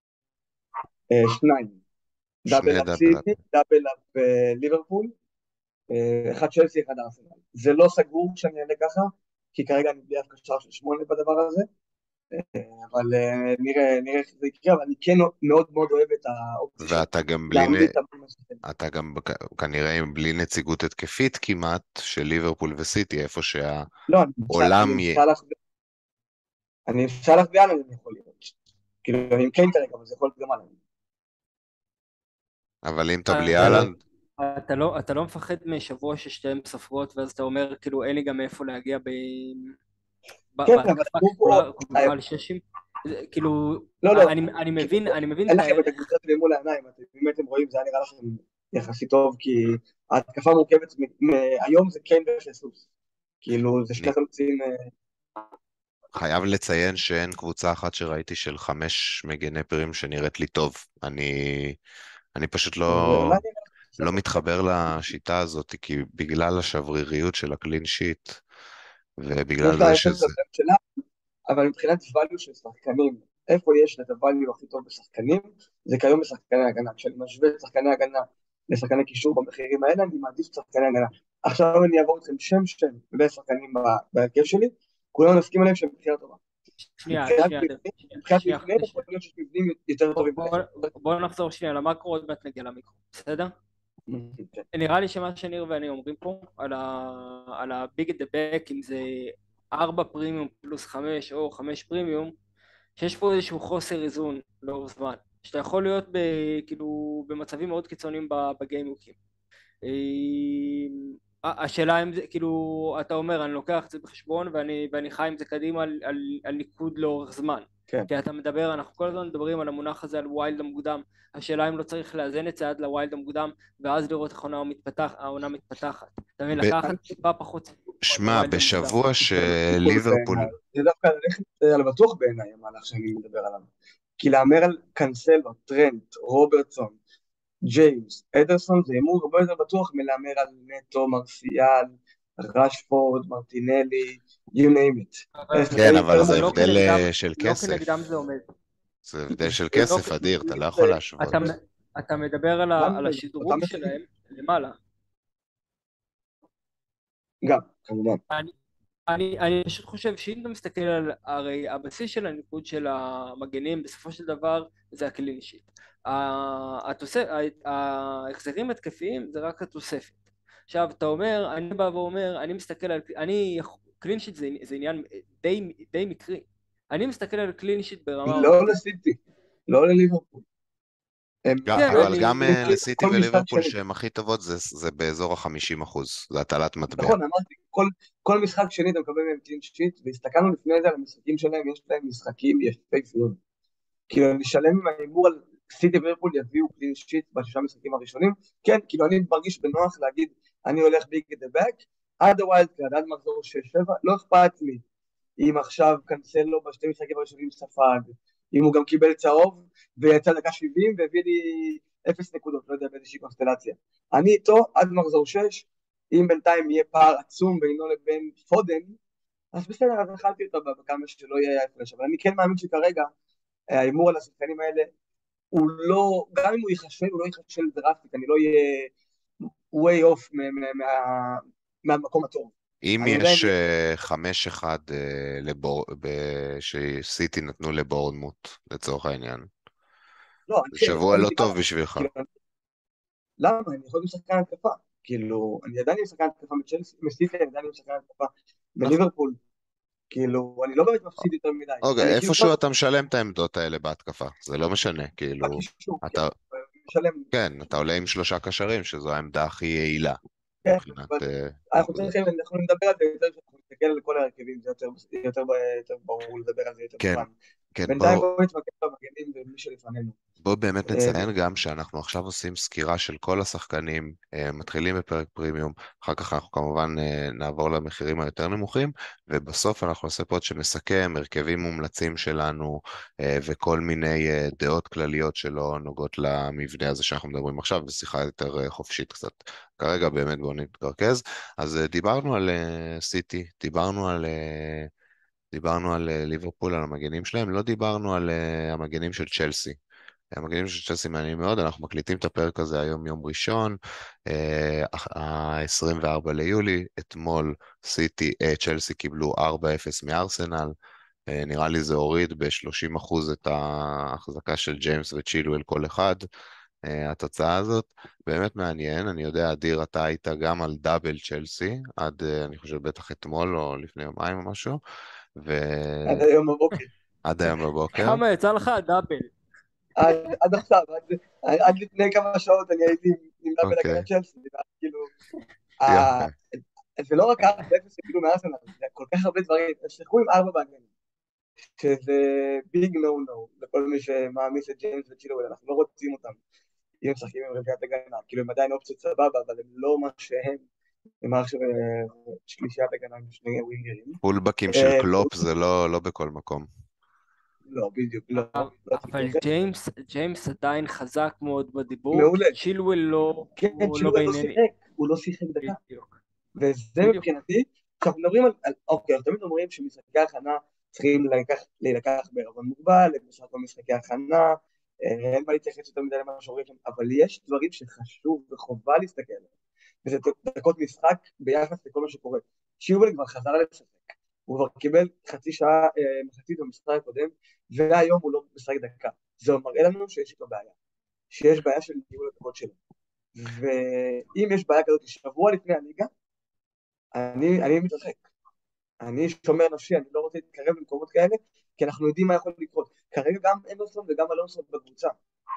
2. דאבל-אפ סיטי, דאבל-אפ ליברפול, אחד צ'לסי, אחד ארסנל. זה לא סגור שאני אעלה ככה, כי כרגע אני בלי אף קשר של 8 בדבר הזה, אבל נראה איך זה יקרה, אבל אני כן מאוד מאוד אוהב את האופציה של ואתה גם בלי, להעמיד את הבן הזה. אתה גם כנראה בלי נציגות התקפית כמעט של ליברפול וסיטי, איפה לא, שהעולם יהיה. אני סאלח ואלן יכול להיות. כאילו, אני כן כרגע, אבל זה יכול להיות גם אלן. אבל אם אתה בלי אהלנד, אתה לא מפחד משבוע ששתיהן סופרות, ואז אתה אומר, כאילו, אין לי גם מאיפה להגיע כן, אבל בהתקפה, הוא כי פה, כולה על ששים. כאילו, לא, לא, אני מבין אין את לכם את הערך. הקבוצות מול העיניים, אם אתם רואים, זה היה נראה לכם יחסית טוב, כי ההתקפה מורכבת, היום זה קיין וחסוס. כאילו, זה אני שני חלוצים, חייב לציין שאין קבוצה אחת שראיתי של 5 מגני פרים שנראית לי טוב. אני פשוט אולי לא מתחבר לשיטה הזאת, כי בגלל השבריריות של הקלין שיט, ובגלל זה יש לה את שזה... הבן שלה, אבל מבחינת value של שחקנים, איפה יש את הvalue הכי טוב בשחקנים, זה כיום בשחקני הגנה. כשאני משווה את שחקני הגנה לשחקני קישור במחירים האלה, אני מעדיף את שחקני הגנה. עכשיו אני אעבור אתכם שם ושחקנים בהרכב שלי, כולם נסכים עליהם שהם בחירה טובה. שנייה, מבחינת שנייה, מבנה, יכול להיות שיש מבנים יותר טובים. בוא נחזור שנייה למקרו, עוד מעט נגיע למיקרו, בסדר? כן. נראה לי שמה שניר ואני אומרים פה על הביג את הבק, אם זה 4 פרימיום פלוס 5 או 5 פרימיום, שיש פה איזשהו חוסר איזון לאורך זמן, שאתה יכול להיות כאילו במצבים מאוד קיצוניים בגיימוקים. השאלה אם זה, כאילו, אתה אומר, אני לוקח את זה בחשבון ואני חי עם זה קדימה על ניקוד לאורך זמן. כן. כי אתה מדבר, אנחנו כל הזמן מדברים על המונח הזה, על ווילד המוקדם. השאלה אם לא צריך לאזן את זה עד לווילד המוקדם, ואז לראות איך העונה מתפתחת. אתה מבין, לקחת טיפה פחות סיפור. שמע, בשבוע שליברפול... זה דווקא ללכת על בטוח בעיניי, המהלך שאני מדבר עליו. כי להמר על קנסלו, טרנט, רוברטסון, ג'יימס, אדרסון, זה הימור הרבה יותר בטוח מלהמר על נטו, מרסיאל, רשפורד, מרטינלי, you name it. כן, אבל זה הבדל של לא כסף. כנגדם זה עומד. זה הבדל של כסף, אדיר, אתה לא יכול להשוות. אתה מדבר על השדרוג שלהם למעלה. גם, כמובן. אני פשוט חושב שאם אתה מסתכל על, הרי הבסיס של הניקוד של המגנים בסופו של דבר זה הקלין שיט. ההחזרים התקפיים זה רק התוספת. עכשיו אתה אומר, אני בא ואומר, אני מסתכל על, קלין שיט זה עניין די מקרי. אני מסתכל על קלין שיט ברמה... לא לסיטי, לא לליברפול. אבל גם לסיטי וליברפול שהן הכי טובות זה באזור ה-50%, זה הטלת מטבע. נכון, אמרתי, כל משחק שני אתה מקבל מהם קלין שיט, והסתכלנו לפני זה על המשחקים שלהם, יש להם משחקים יפהפיים. כאילו אני שלם עם ההימור על סיטי וליברפול יביאו קלין שיט בשישה המשחקים הראשונים, כן, כאילו אני מרגיש בנוח להגיד, אני הולך ביג את הבק, עד הווילד קארד, עד מחזור 6-7, לא אכפת לי אם עכשיו קנסלו בשתי משחקים הראשונים ספג, אם הוא גם קיבל צהוב ויצא דקה 70 והביא לי 0 נקודות, לא יודע באיזושהי קונסטלציה. אני איתו עד מחזור 6, אם בינתיים יהיה פער עצום בינו לבין פודן, אז בסדר, אז אכלתי אותו בכמה שלא יהיה הפרש, אבל אני כן מאמין שכרגע ההימור על השחקנים האלה הוא לא, גם אם הוא יחשל, הוא לא יחשל דרסטית, אני לא אהיה way off מהמקום הטוב. אם יש 5-1 שסיטי נתנו לבורנמוט, לצורך העניין. שבוע לא טוב בשבילך. למה? אני יכול להיות שחקן התקפה. כאילו, אני עדיין עם שחקן התקפה מסיטי, אני עדיין עם שחקן התקפה בליברפול. כאילו, אני לא באמת מפסיד יותר מדי. אוקיי, איפשהו אתה משלם את העמדות האלה בהתקפה, זה לא משנה, כאילו... כן, אתה עולה עם 3 קשרים, שזו העמדה הכי יעילה. אנחנו נדבר על זה יותר, אנחנו נסתכל על כל ההרכבים, זה יותר ברור לדבר על זה יותר בזמן. בינתיים בואו נתמקד במגנים ומי שלפנינו. בואו באמת נציין גם שאנחנו עכשיו עושים סקירה של כל השחקנים, מתחילים בפרק פרימיום, אחר כך אנחנו כמובן נעבור למחירים היותר נמוכים, ובסוף אנחנו נעשה פוד שמסכם הרכבים מומלצים שלנו, וכל מיני דעות כלליות שלא נוגעות למבנה הזה שאנחנו מדברים עכשיו, בשיחה יותר חופשית קצת. כרגע באמת בואו נתרכז. אז דיברנו על סיטי, דיברנו על ליברפול, על המגנים שלהם, לא דיברנו על המגנים של צ'לסי. המגנים של צ'לסי מעניינים מאוד, אנחנו מקליטים את הפרק הזה היום יום ראשון, ה-24 ליולי, אתמול צ'לסי קיבלו 4-0 מארסנל, נראה לי זה הוריד ב-30% את ההחזקה של ג'יימס וצ'ילואל כל אחד, התוצאה הזאת באמת מעניין, אני יודע, אדיר, אתה היית גם על דאבל צ'לסי, עד אני חושב בטח אתמול או לפני יומיים או משהו, עד היום בבוקר. עד היום בבוקר. כמה יצא לך דאבל? עד עכשיו, עד לפני כמה שעות אני הייתי נמדד בלגנת צ'לסי, כאילו, יפה. זה לא רק 4-0 שקיבלו מארסנל, זה כל כך הרבה דברים, שחקו עם 4 בהגנה, שזה ביג נו נו, לכל מי שמאמיס את ג'יימס וצ'ילואל, אנחנו לא רוצים אותם, אם הם משחקים עם רביעיית הגנה, כאילו הם עדיין אופציות סבבה, אבל הם לא מה שהם, הם מערכת שלישיית הגנה עם שני ווינגרים. פולבקים של קלופ זה לא בכל מקום. לא, בדיוק, לא. אבל ג'יימס עדיין חזק מאוד בדיבור. מעולה. צ'ילואל לא... כן, צ'ילואל לא שיחק, הוא לא שיחק דקה. וזה מבחינתי, עכשיו מדברים על, אוקיי, תמיד אומרים שמשחקי הכנה צריכים להילקח בערבון מוגבל, משחקי הכנה, אין מה להתייחס יותר מדי למה שאומרים שם, אבל יש דברים שחשוב וחובה להסתכל עליהם, וזה דקות משחק ביחס לכל מה שקורה. צ'ילואל כבר חזר לשחק, הוא כבר קיבל חצי שעה מחצית במשחק הקודם, והיום הוא לא משחק דקה. זה מראה לנו שיש איתו בעיה, שיש בעיה של ניהול הדקות שלו. ואם יש בעיה כזאת שבוע לפני הליגה, אני מתרחק. אני שומר נפשי, אני לא רוצה להתקרב למקומות כאלה, כי אנחנו יודעים מה יכול לקרות. כרגע גם אמרסון וגם אלונסון בקבוצה.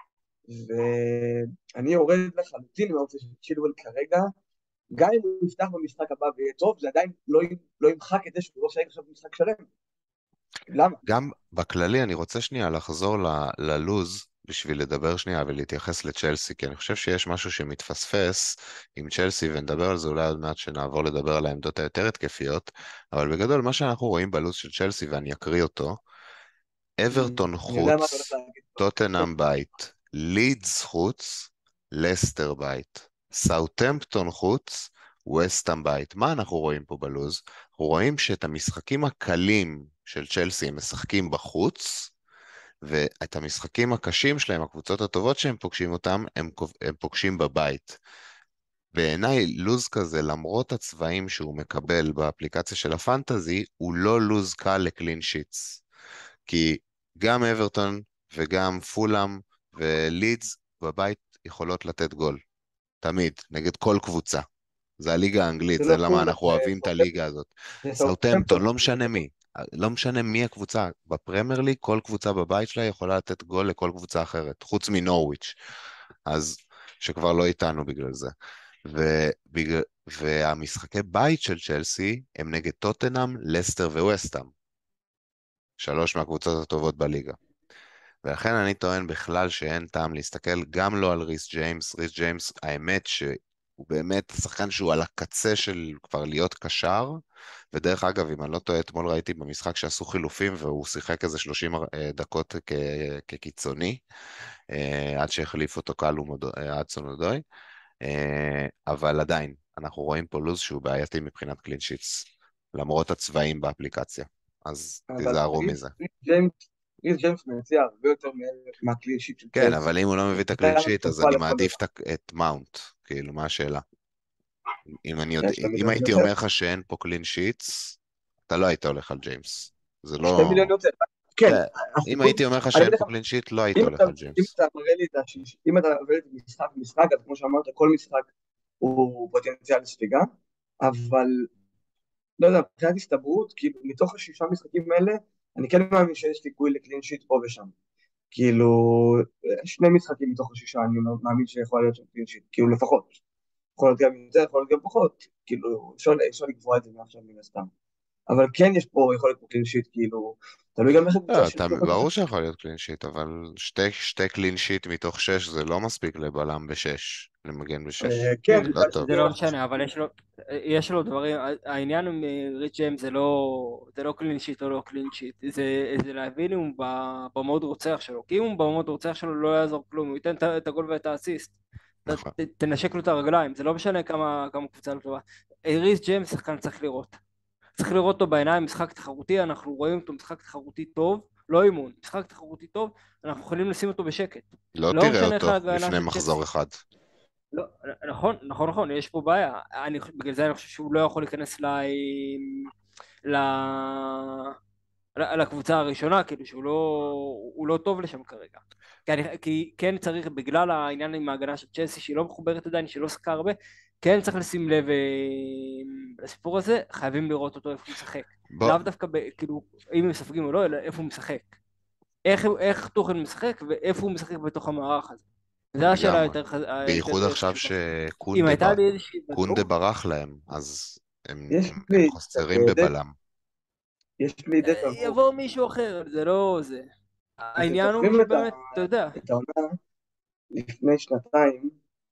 ואני יורד לחלוטין מהאופציה של צ'ילואל כרגע, גם אם הוא יפתח במשחק הבא ויהיה טוב, זה עדיין לא ימחק את זה שהוא לא שייך עכשיו במשחק שלם. למה? גם בכללי אני רוצה שנייה לחזור ללוז בשביל לדבר שנייה ולהתייחס לצ'לסי, כי אני חושב שיש משהו שמתפספס עם צ'לסי, ונדבר על זה אולי עוד מעט שנעבור לדבר על העמדות היותר התקפיות, אבל בגדול מה שאנחנו רואים בלוז של צ'לסי, ואני אקריא אותו, אברטון חוץ, טוטנהאם בית, לידס חוץ, לסטר בית, סאות'המפטון חוץ, וסטהאם בית. מה אנחנו רואים פה בלוז? אנחנו רואים שאת המשחקים הקלים של צ'לסי הם משחקים בחוץ, ואת המשחקים הקשים שלהם, הקבוצות הטובות שהם פוגשים אותם, הם פוגשים בבית. בעיניי לוז כזה, למרות הצבעים שהוא מקבל באפליקציה של הפנטזי, הוא לא לוז קל לקלין שיטס. כי גם אברטון וגם פולאם ולידס בבית יכולות לתת גול. תמיד, נגד כל קבוצה. זה הליגה האנגלית, זה למה אנחנו אוהבים את הליגה הזאת. סאות'המפטון, לא משנה מי. לא משנה מי הקבוצה. בפרמייר ליג, כל קבוצה בבית שלה יכולה לתת גול לכל קבוצה אחרת, חוץ מנורוויץ'. אז שכבר לא איתנו בגלל זה. והמשחקי בית של צ'לסי הם נגד טוטנהאם, לסטר וווסטהאם. 3 מהקבוצות הטובות בליגה. ולכן אני טוען בכלל שאין טעם להסתכל גם לא על ריס ג'יימס. ריס ג'יימס, האמת שהוא באמת שחקן שהוא על הקצה של כבר להיות קשר, ודרך אגב, אם אני לא טועה, אתמול ראיתי במשחק שעשו חילופים, והוא שיחק איזה 30 דקות כקיצוני, עד שהחליף אותו אדסון אודוי, אבל עדיין, אנחנו רואים פה לוז שהוא בעייתי מבחינת קלין שיטס, למרות הצבעים באפליקציה. אז תיזהרו מזה. ריס ג'יימס מציע הרבה יותר מהקלין שיט של כן, אבל אם הוא לא מביא את הקלין שיט, אז אני מעדיף את מאונט, כאילו, מה השאלה? אם הייתי אומר לך שאין פה קלין שיטס, אתה לא היית הולך על ג'יימס. זה לא... 2 מיליון יותר. כן. אם הייתי אומר לך שאין פה קלין שיט, לא היית הולך על ג'יימס. אם אתה מראה לי את המשחק, אז כמו שאמרת, כל משחק הוא פוטנציאל ספיגה, אבל לא יודע, מבחינת הסתברות, כאילו, מתוך 6 משחקים האלה, אני כן מאמין שיש סיכוי לקלין שיט פה ושם. כאילו, 2 משחקים מתוך 6, אני מאמין שיכול להיות שם קלין שיט, כאילו לפחות. יכול להיות גם יותר, יכול להיות גם פחות, כאילו, אפשר לקבוע את זה מעכשיו מן הסתם. אבל כן יש פה, יכול להיות פה קלין שיט, כאילו, תלוי גם איך הקבוצה ברור שיכול להיות קלין שיט, אבל 2 קלין שיט מתוך 6 זה לא מספיק לבלם ב6, למגן ב6. כן, זה לא משנה, אבל יש לו דברים, העניין עם ריץ' ג'יימס זה לא קלין שיט או לא קלין שיט, זה להבין אם הוא במוד רוצח שלו, כי אם הוא במוד רוצח שלו לא יעזור כלום, הוא ייתן את הגול ואת האסיסט. תנשק לו את הרגליים, זה לא משנה כמה קבוצה לא טובה. ריס ג'יימס שחקן צריך לראות אותו בעיניים, משחק תחרותי, אנחנו רואים אותו משחק תחרותי טוב, לא אימון, משחק תחרותי טוב, אנחנו יכולים לשים אותו בשקט. לא לא תראה משנה איך אותו ההגנה לפני של מחזור צ'לסי. אחד. לא, נכון, נכון, נכון, יש פה בעיה. בגלל זה אני חושב שהוא לא יכול להיכנס ל... לקבוצה הראשונה, כאילו שהוא לא, הוא לא טוב לשם כרגע. כי כן צריך, בגלל העניין עם ההגנה של צ'לסי, שהיא לא מחוברת עדיין, שהיא לא שחקה הרבה, כן צריך לשים לב לסיפור הזה, חייבים לראות אותו איפה הוא משחק. בוא, לאו דווקא, כאילו, אם הם משחקים או לא, אלא איפה הוא משחק. איך טוחן משחק, ואיפה הוא משחק בתוך המערך הזה. זו השאלה לגמרי. היותר בייחוד עכשיו חשובה. אם הייתה לי איזושהי שקונדה ודאות, ברח להם, אז יש הם לי חסרים בבלם. יש לי דז'ה וו. יבוא מישהו אחר, זה לא זה. אתם העניין הוא זוכרים שבאמת, אתה יודע, את העונה לפני שנתיים,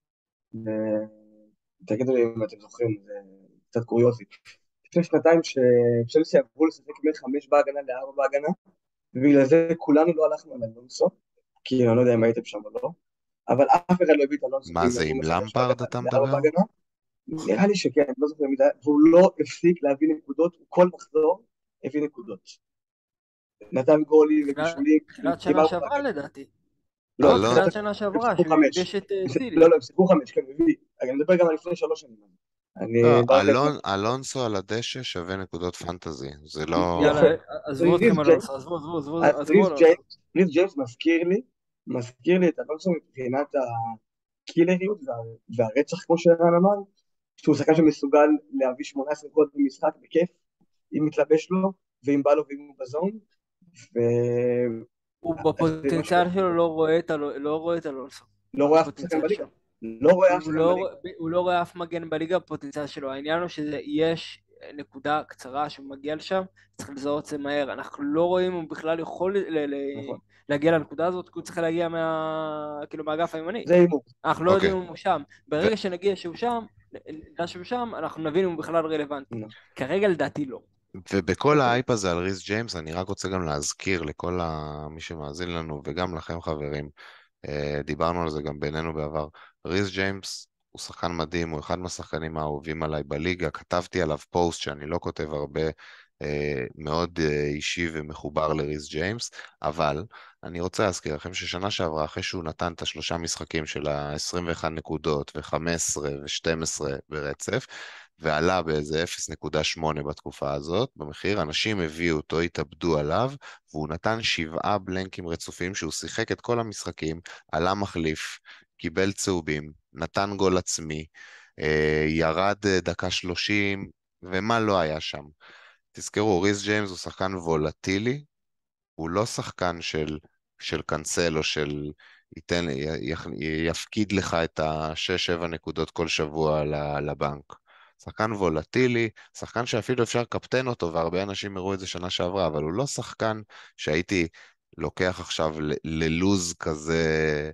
תגידו לי אם אתם זוכרים, זה קצת קוריוזי. לפני שנתיים שצ'לסי עברו לשחק מ-5 בהגנה ל-4 בהגנה, ובגלל זה כולנו לא הלכנו על אלונסו, כי אני לא יודע אם הייתם שם או לא, אבל אף אחד לא הביא את אלונסו. מה זה, עם למפרד אתה מדבר? בהגנה. נראה לי שכן, לא זוכר מדי, והוא לא הפסיק להביא נקודות, הוא כל מחזור הביא נקודות. נתן גולים ובישולים. תחילת שנה שעברה לדעתי. לא, אלון- תחילת שנה שעברה, הם שיחקו שהוא 5. נפגש את סילי. לא, הם שיחקו 5, כן, מביא. אני מדבר גם על לפני 3 שנים. לא, אני דיברתי על זה. אלונסו על הדשא שווה נקודות פנטזי, זה לא... יאללה, עזבו אתכם על אלונסו, עזבו אז על אלונסו. ריס ג'יימס מזכיר לי את אלונסו מבחינת הקילריות והרצח, כמו שערן אמר, שהוא שחקן שמסוגל להביא 18 נקודות במשחק בכיף, אם מתלבש לו, ואם בא לו ואם הוא בזון, הוא בפוטנציאל שלו לא רואה את אלונסו. לא רואה אף שחקן בליגה. לא רואה אף שחקן בליגה. הוא לא רואה אף מגן בליגה בפוטנציאל שלו. העניין הוא שיש נקודה קצרה שמגיע לשם, צריך לזהות זה מהר. אנחנו לא רואים אם הוא בכלל יכול להגיע לנקודה הזאת, כי הוא צריך להגיע מהאגף הימני. זה אימור. אנחנו לא יודעים אם הוא שם. ברגע שנגיע שהוא שם, נדע שהוא שם, אנחנו נבין אם הוא בכלל רלוונטי. כרגע לדעתי לא. ובכל האייפ הזה על ריס ג'יימס, אני רק רוצה גם להזכיר לכל מי שמאזין לנו, וגם לכם חברים, דיברנו על זה גם בינינו בעבר, ריס ג'יימס הוא שחקן מדהים, הוא אחד מהשחקנים האהובים עליי בליגה, כתבתי עליו פוסט שאני לא כותב הרבה, מאוד אישי ומחובר לריס ג'יימס, אבל אני רוצה להזכיר לכם ששנה שעברה, אחרי שהוא נתן את ה3 משחקים של ה-21 נקודות ו-15 ו-12 ברצף, ועלה באיזה 0.8 בתקופה הזאת, במחיר, אנשים הביאו אותו, התאבדו עליו, והוא נתן 7 בלנקים רצופים, שהוא שיחק את כל המשחקים, עלה מחליף, קיבל צהובים, נתן גול עצמי, ירד דקה 30, ומה לא היה שם. תזכרו, ריס ג'יימס הוא שחקן וולטילי, הוא לא שחקן של קנסלו, של יפקיד לך את ה-6-7 נקודות כל שבוע לבנק. שחקן וולטילי, שחקן שאפילו אפשר קפטן אותו, והרבה אנשים הראו את זה שנה שעברה, אבל הוא לא שחקן שהייתי לוקח עכשיו ללוז כזה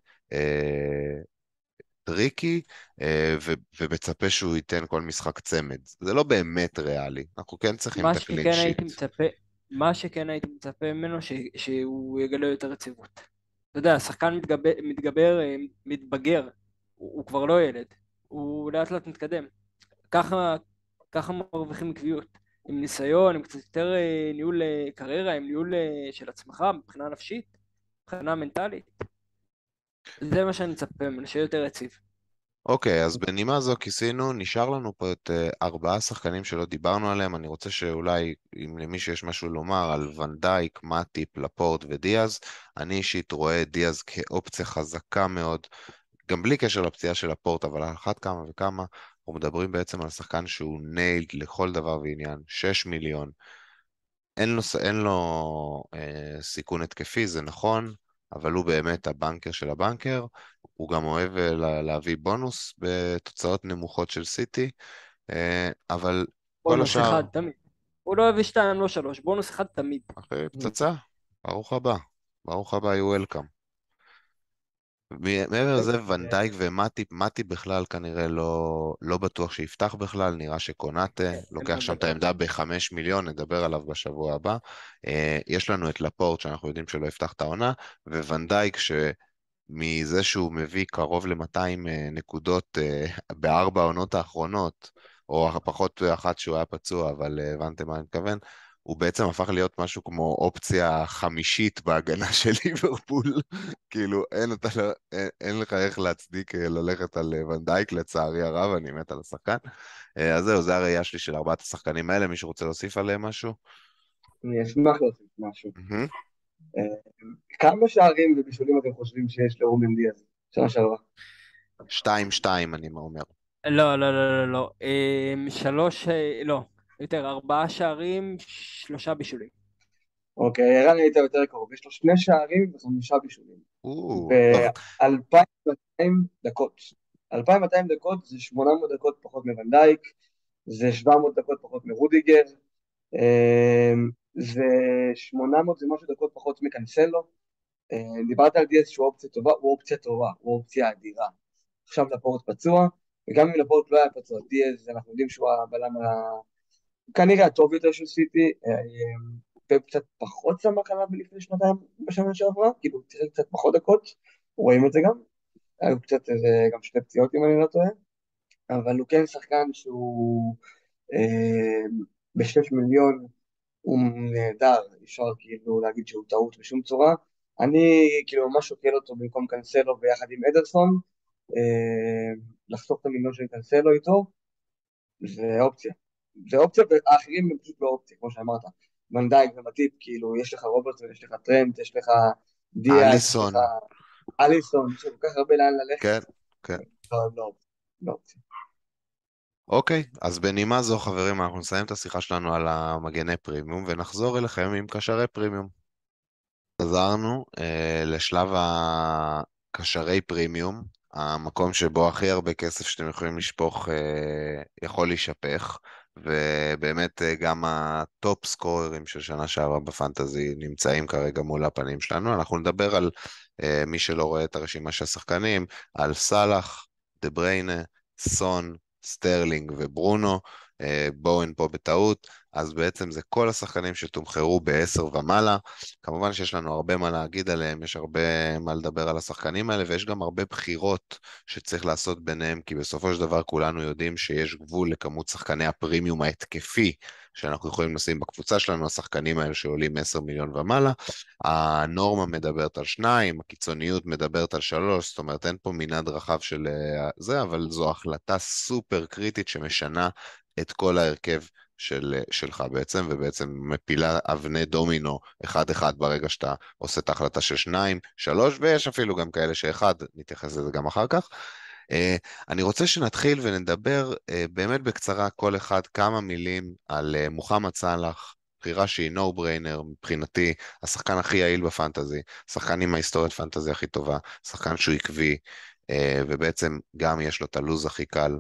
טריקי, ומצפה שהוא ייתן כל משחק צמד. זה לא באמת ריאלי, אנחנו כן צריכים את הקלין שיט. מה שכן הייתי מצפה ממנו, שהוא יגלה יותר רציבות. אתה יודע, השחקן מתבגר, הוא כבר לא ילד, הוא לאט לאט מתקדם. ככה מרוויחים עקביות, עם ניסיון, עם קצת יותר ניהול קריירה, עם ניהול של עצמך, מבחינה נפשית, מבחינה מנטלית. זה מה שאני מצפה ממנו, שיהיה יותר יציב. אוקיי, אז בנימה זו כיסינו, נשאר לנו פה את 4 שחקנים שלא דיברנו עליהם, אני רוצה שאולי, אם למישהו יש משהו לומר על ונדייק, מאטיפ, לפורט ודיאז, אני אישית רואה את דיאז כאופציה חזקה מאוד, גם בלי קשר לפציעה של לפורט, אבל על אחת כמה וכמה, אנחנו מדברים בעצם על שחקן שהוא ניילד לכל דבר ועניין, 6 מיליון, אין לו סיכון התקפי, זה נכון, אבל הוא באמת הבנקר של הבנקר, הוא גם אוהב להביא בונוס בתוצאות נמוכות של סיטי, אבל כל השאר... בונוס אחד תמיד. הוא לא הביא 2, לא 3, בונוס אחד תמיד. אחרי פצצה, ברוך הבא, ברוך הבא, you welcome. מעבר לזה, ונדייק ומאטי בכלל כנראה לא בטוח שיפתח בכלל, נראה שקונאטה לוקח שם את העמדה ב5 מיליון, נדבר עליו בשבוע הבא. יש לנו את לפורט שאנחנו יודעים שלא יפתח את העונה, וונדייק שמזה שהוא מביא קרוב ל200 נקודות ב4 העונות האחרונות, או פחות אחת שהוא היה פצוע, אבל הבנתם מה אני מתכוון, הוא בעצם הפך להיות משהו כמו אופציה חמישית בהגנה של ליברפול. כאילו, אין לך איך להצדיק ללכת על ונדייק, לצערי הרב, אני מת על השחקן. אז זהו, זה הראייה שלי של ארבעת השחקנים האלה, מישהו רוצה להוסיף עליהם משהו? אני אשמח להוסיף משהו. מהמם. כמה שערים ובישולים אתם חושבים שיש לרובן דיאז? שנה שעברה. 2-2, אני אומר. לא, לא, לא, לא, לא. שלוש, לא, יותר, 4 שערים, 3 בישולים. אוקיי, ערן היית יותר קרוב, יש לו 2 שערים ו5 בישולים. טוב. ב-2,200 דקות. 2,200 דקות זה 800 דקות פחות מוונדייק, זה 700 דקות פחות מרודיגר, זה 800 זה משהו דקות פחות מקנסלו. דיברת על דיאז שהוא אופציה טובה, הוא אופציה טובה, הוא אופציה אדירה. עכשיו לפורט פצוע, וגם אם לפורט לא היה פצוע, דיאז אנחנו יודעים שהוא הבלם כנראה הטוב יותר של סיטי, פפ קצת פחות שמח עליו לפני שנתיים בשנה שעברה, כאילו תראה קצת פחות דקות, רואים את זה גם, היו קצת גם 2 פציעות אם אני לא טועה, אבל הוא כן שחקן שהוא ב6 מיליון, הוא נהדר, אפשר כאילו להגיד שהוא טעות בשום צורה, אני כאילו ממש שוקל אותו במקום קנסלו ביחד עם אדרסון, לחסוך את המיליון של קנסלו איתו, זה אופציה. זה אופציה, והאחרים הם פשוט לא אופציה, כמו שאמרת. ונדייק ומטיפ, כאילו, יש לך רוברטסון, יש לך טרנט, יש לך דיאז, יש לך אליסון. אליסון, יש לך כל כך הרבה לאן כן, ללכת. כן. לא, לא, לא אופציה. אוקיי, אז בנימה זו, חברים, אנחנו נסיים את השיחה שלנו על המגני פרימיום, ונחזור אליכם עם קשרי פרימיום. חזרנו לשלב הקשרי פרימיום, המקום שבו הכי הרבה כסף שאתם יכולים לשפוך יכול להישפך, ובאמת גם הטופ סקוררים של שנה שעברה בפנטזי נמצאים כרגע מול הפנים שלנו. אנחנו נדבר על מי שלא רואה את הרשימה של השחקנים, על סלאח, דה בריינה, סון, סטרלינג וברונו, בואן פה בטעות, אז בעצם זה כל השחקנים שתומחרו ב10 ומעלה. כמובן שיש לנו הרבה מה להגיד עליהם, יש הרבה מה לדבר על השחקנים האלה, ויש גם הרבה בחירות שצריך לעשות ביניהם, כי בסופו של דבר כולנו יודעים שיש גבול לכמות שחקני הפרימיום ההתקפי שאנחנו יכולים לשים בקבוצה שלנו, השחקנים האלה שעולים 10 מיליון ומעלה. הנורמה מדברת על 2, הקיצוניות מדברת על 3, זאת אומרת אין פה מנעד רחב של זה, אבל זו החלטה סופר קריטית שמשנה את כל ההרכב שלך בעצם, ובעצם מפילה אבני דומינו אחד ברגע שאתה עושה את ההחלטה של 2, 3, ויש אפילו גם כאלה שאחד, נתייחס לזה גם אחר כך. אני רוצה שנתחיל ונדבר באמת בקצרה כל אחד כמה מילים על מוחמד סלאח, בחירה שהיא נו בריינר מבחינתי, השחקן הכי יעיל בפנטזי, שחקן עם ההיסטוריית פנטזי הכי טובה, שחקן שהוא עקבי, ובעצם גם יש לו את הלוז הכי קל.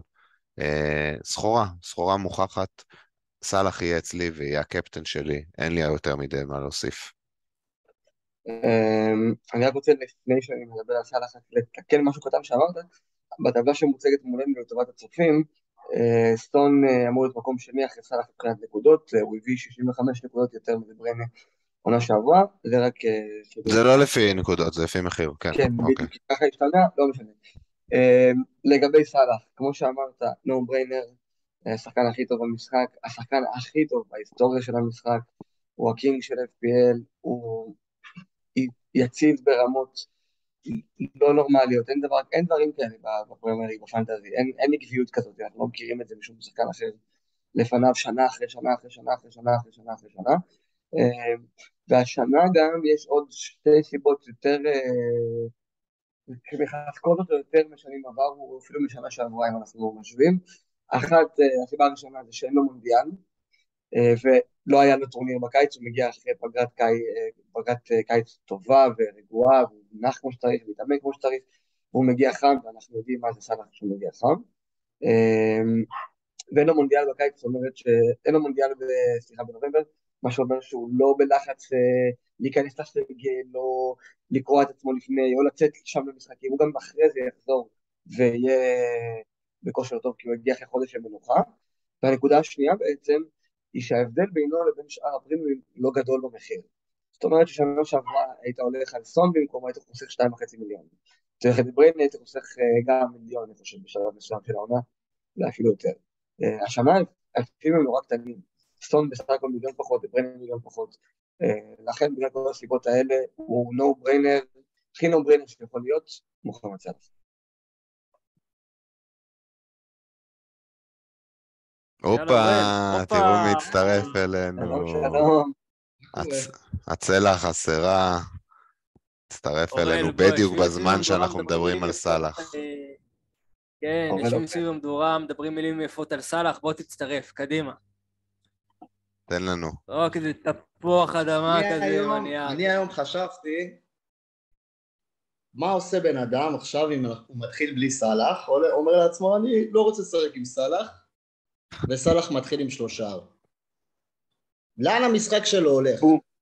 סחורה מוכחת, סלאח יהיה אצלי ויהיה הקפטן שלי, אין לי יותר מדי מה להוסיף. אני רק רוצה לפני שאני מדבר על סלאח, לתקן משהו קטן שאמרת, בטבלה שמוצגת מולנו לטובת הצופים, סטון אמור להיות מקום שני אחרי סלאח מבחינת נקודות, הוא הביא 65 נקודות יותר מדבריינה עונה שעברה, זה רק... זה לא לפי נקודות, זה לפי מחיר, כן. כן, אוקיי. בדיוק, ככה השתנה, לא משנה. לגבי סלאח, כמו שאמרת, נו בריינר, השחקן הכי טוב במשחק, השחקן הכי טוב בהיסטוריה של המשחק, הוא הקינג של FPL, הוא יציב ברמות לא נורמליות, אין דברים כאלה בפרמייר ליג, בפנטזי, אין עקביות כזאת, אנחנו לא מכירים את זה משום שחקן אחר לפניו שנה אחרי שנה אחרי שנה אחרי שנה אחרי שנה אחרי שנה, והשנה גם יש עוד 2 סיבות יותר שמחזקות אותו יותר משנים עברו, אפילו משנה שעברה אם אנחנו משווים. אחת, הסיבה הראשונה זה שאין לו מונדיאל, ולא היה לו טורניר בקיץ, הוא מגיע אחרי פגרת קיץ טובה ורגועה, והוא נח כמו שצריך, והתאמן כמו שצריך, והוא מגיע חם, ואנחנו יודעים מה זה סלאח כשהוא מגיע חם. ואין לו מונדיאל בקיץ, זאת אומרת שאין לו מונדיאל בנובמבר, מה שאומר שהוא לא בלחץ להיכנס לסגל, לא לקרוא את עצמו לפני, או לצאת שם למשחקים, הוא גם אחרי זה יחזור ויהיה בכושר טוב, כי הוא יגיע אחרי חודש של מנוחה. והנקודה השנייה בעצם, היא שההבדל בינו לבין שאר הפרימיום לא גדול במחיר. זאת אומרת ששנה שעברה היית הולך על סון במקום, היית חוסך 2.5 מיליון. צריך את בריינה, היית חוסך גם מיליון, אני חושב, בשלב מסוים של העונה, ואפילו יותר. השנה, הפרימיום נורא קטנים. סון בסך הכל מיליון פחות, בריינר מיליון פחות. לכן בגלל כל הסיבות האלה, הוא נו בריינר, הכי נו בריינר שיכול להיות, מוחמד סלאח. הופה, תראו מי הצטרף אלינו. שלום. הצלע חסרה, הצטרף אלינו בדיוק בזמן שאנחנו מדברים על סלאח. כן, יושבים סביב המדורה, מדברים מילים יפות על סלאח, בוא תצטרף, קדימה. תן לנו. לא, כזה תפוח אדמה כזה, מניאק. אני היום חשבתי, מה עושה בן אדם עכשיו אם הוא מתחיל בלי סלאח, אומר לעצמו, אני לא רוצה לשחק עם סלאח, וסלאח מתחיל עם 3. לאן המשחק שלו הולך?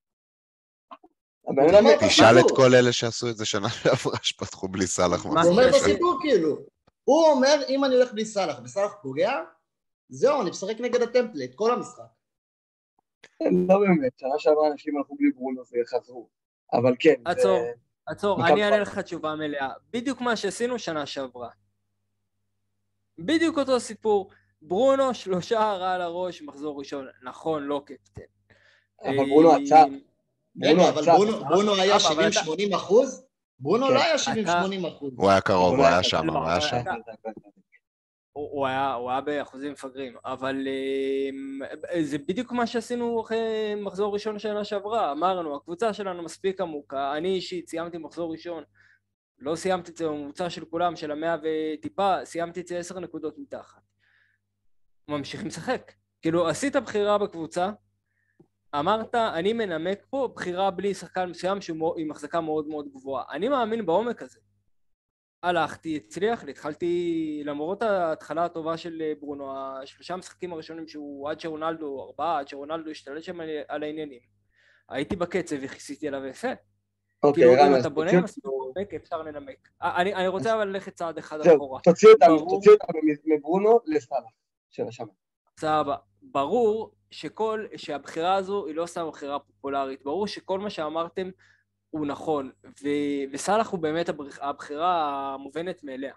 תשאל את כל אלה שעשו את זה שנה שעברה שפתחו בלי סלאח. הוא אומר בסיפור כאילו, הוא אומר אם אני הולך בלי סלאח וסלאח פוגע, זהו, אני משחק נגד הטמפלט, כל המשחק. לא באמת, שנה שעברה אנשים הלכו בלי ברונו וחזרו, אבל כן. עצור, אני אענה לך תשובה מלאה. בדיוק מה שעשינו שנה שעברה. בדיוק אותו סיפור. ברונו 3 רע על הראש, מחזור ראשון. נכון, לא קפטן. אבל ברונו עצר. רגע, אבל ברונו היה 70-80%? ברונו לא היה 70-80%. הוא היה קרוב, הוא היה שם, הוא היה שם. הוא היה באחוזים מפגרים, אבל זה בדיוק מה שעשינו אחרי מחזור ראשון שנה שעברה. אמרנו, הקבוצה שלנו מספיק עמוקה, אני אישית סיימתי מחזור ראשון, לא סיימתי את זה בממוצע של כולם, של 100 וטיפה, סיימתי את זה 10 נקודות מתחת. ממשיכים לשחק. כאילו, עשית בחירה בקבוצה, אמרת, אני מנמק פה בחירה בלי שחקן מסוים עם החזקה מאוד מאוד גבוהה. אני מאמין בעומק הזה. הלכתי, הצליח, התחלתי, למרות ההתחלה הטובה של ברונו, 3 המשחקים הראשונים שהוא עד שרונלדו, 4, עד שרונלדו השתלט שם על העניינים. הייתי בקצב וכיסיתי עליו יפה. כאילו, אם אתה בונה מספיק עומק, אפשר לנמק. אני רוצה אבל ללכת צעד אחד אחורה. תוציא אותה מברונו לסלאח של השמה. סבבה. ברור שהבחירה הזו היא לא סתם בחירה פופולרית. ברור שכל מה שאמרתם הוא נכון, וסלאח הוא באמת הבחירה המובנת מאליה.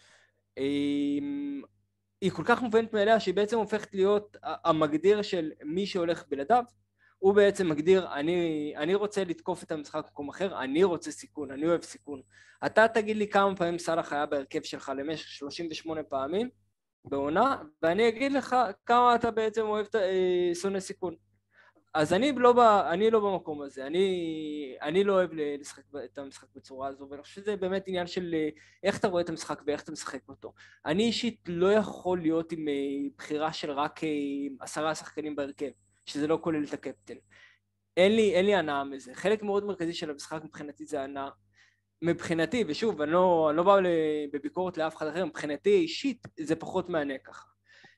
היא כל כך מובנת מאליה שהיא בעצם הופכת להיות המגדיר של מי שהולך בלעדיו. הוא בעצם מגדיר, אני רוצה לתקוף את המשחק במקום אחר, אני רוצה סיכון, אני אוהב סיכון. אתה תגיד לי כמה פעמים סלאח היה בהרכב שלך למשך 38 פעמים בעונה, ואני אגיד לך כמה אתה בעצם אוהב שונא סיכון. אז אני לא במקום הזה, אני לא אוהב לשחק את המשחק בצורה הזו, ואני חושב שזה באמת עניין של איך אתה רואה את המשחק ואיך אתה משחק אותו. אני אישית לא יכול להיות עם בחירה של רק 10 שחקנים בהרכב, שזה לא כולל את הקפטן. אין לי הנאה מזה. חלק מאוד מרכזי של המשחק מבחינתי זה הנאה. מבחינתי, ושוב, אני לא בא בביקורת לאף אחד אחר, מבחינתי אישית זה פחות מענה ככה.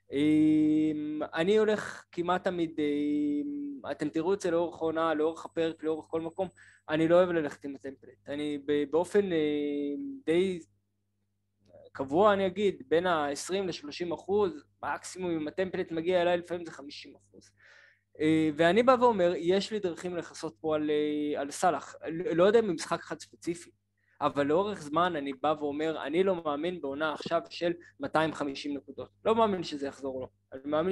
אני הולך כמעט תמיד, אתם תראו את זה לאורך העונה, לאורך הפרק, לאורך כל מקום, אני לא אוהב ללכת עם הטמפלט. אני באופן די קבוע, אני אגיד, בין ה-20 ל-30%, מקסימום אם הטמפלט מגיע אליי, לפעמים זה 50%. ואני בא ואומר, יש לי דרכים לחסות פה על סלאח, לא יודע אם במשחק אחד ספציפי, אבל לאורך זמן אני בא ואומר, אני לא מאמין בעונה עכשיו של 250 נקודות. לא מאמין שזה יחזור לו. אני מאמין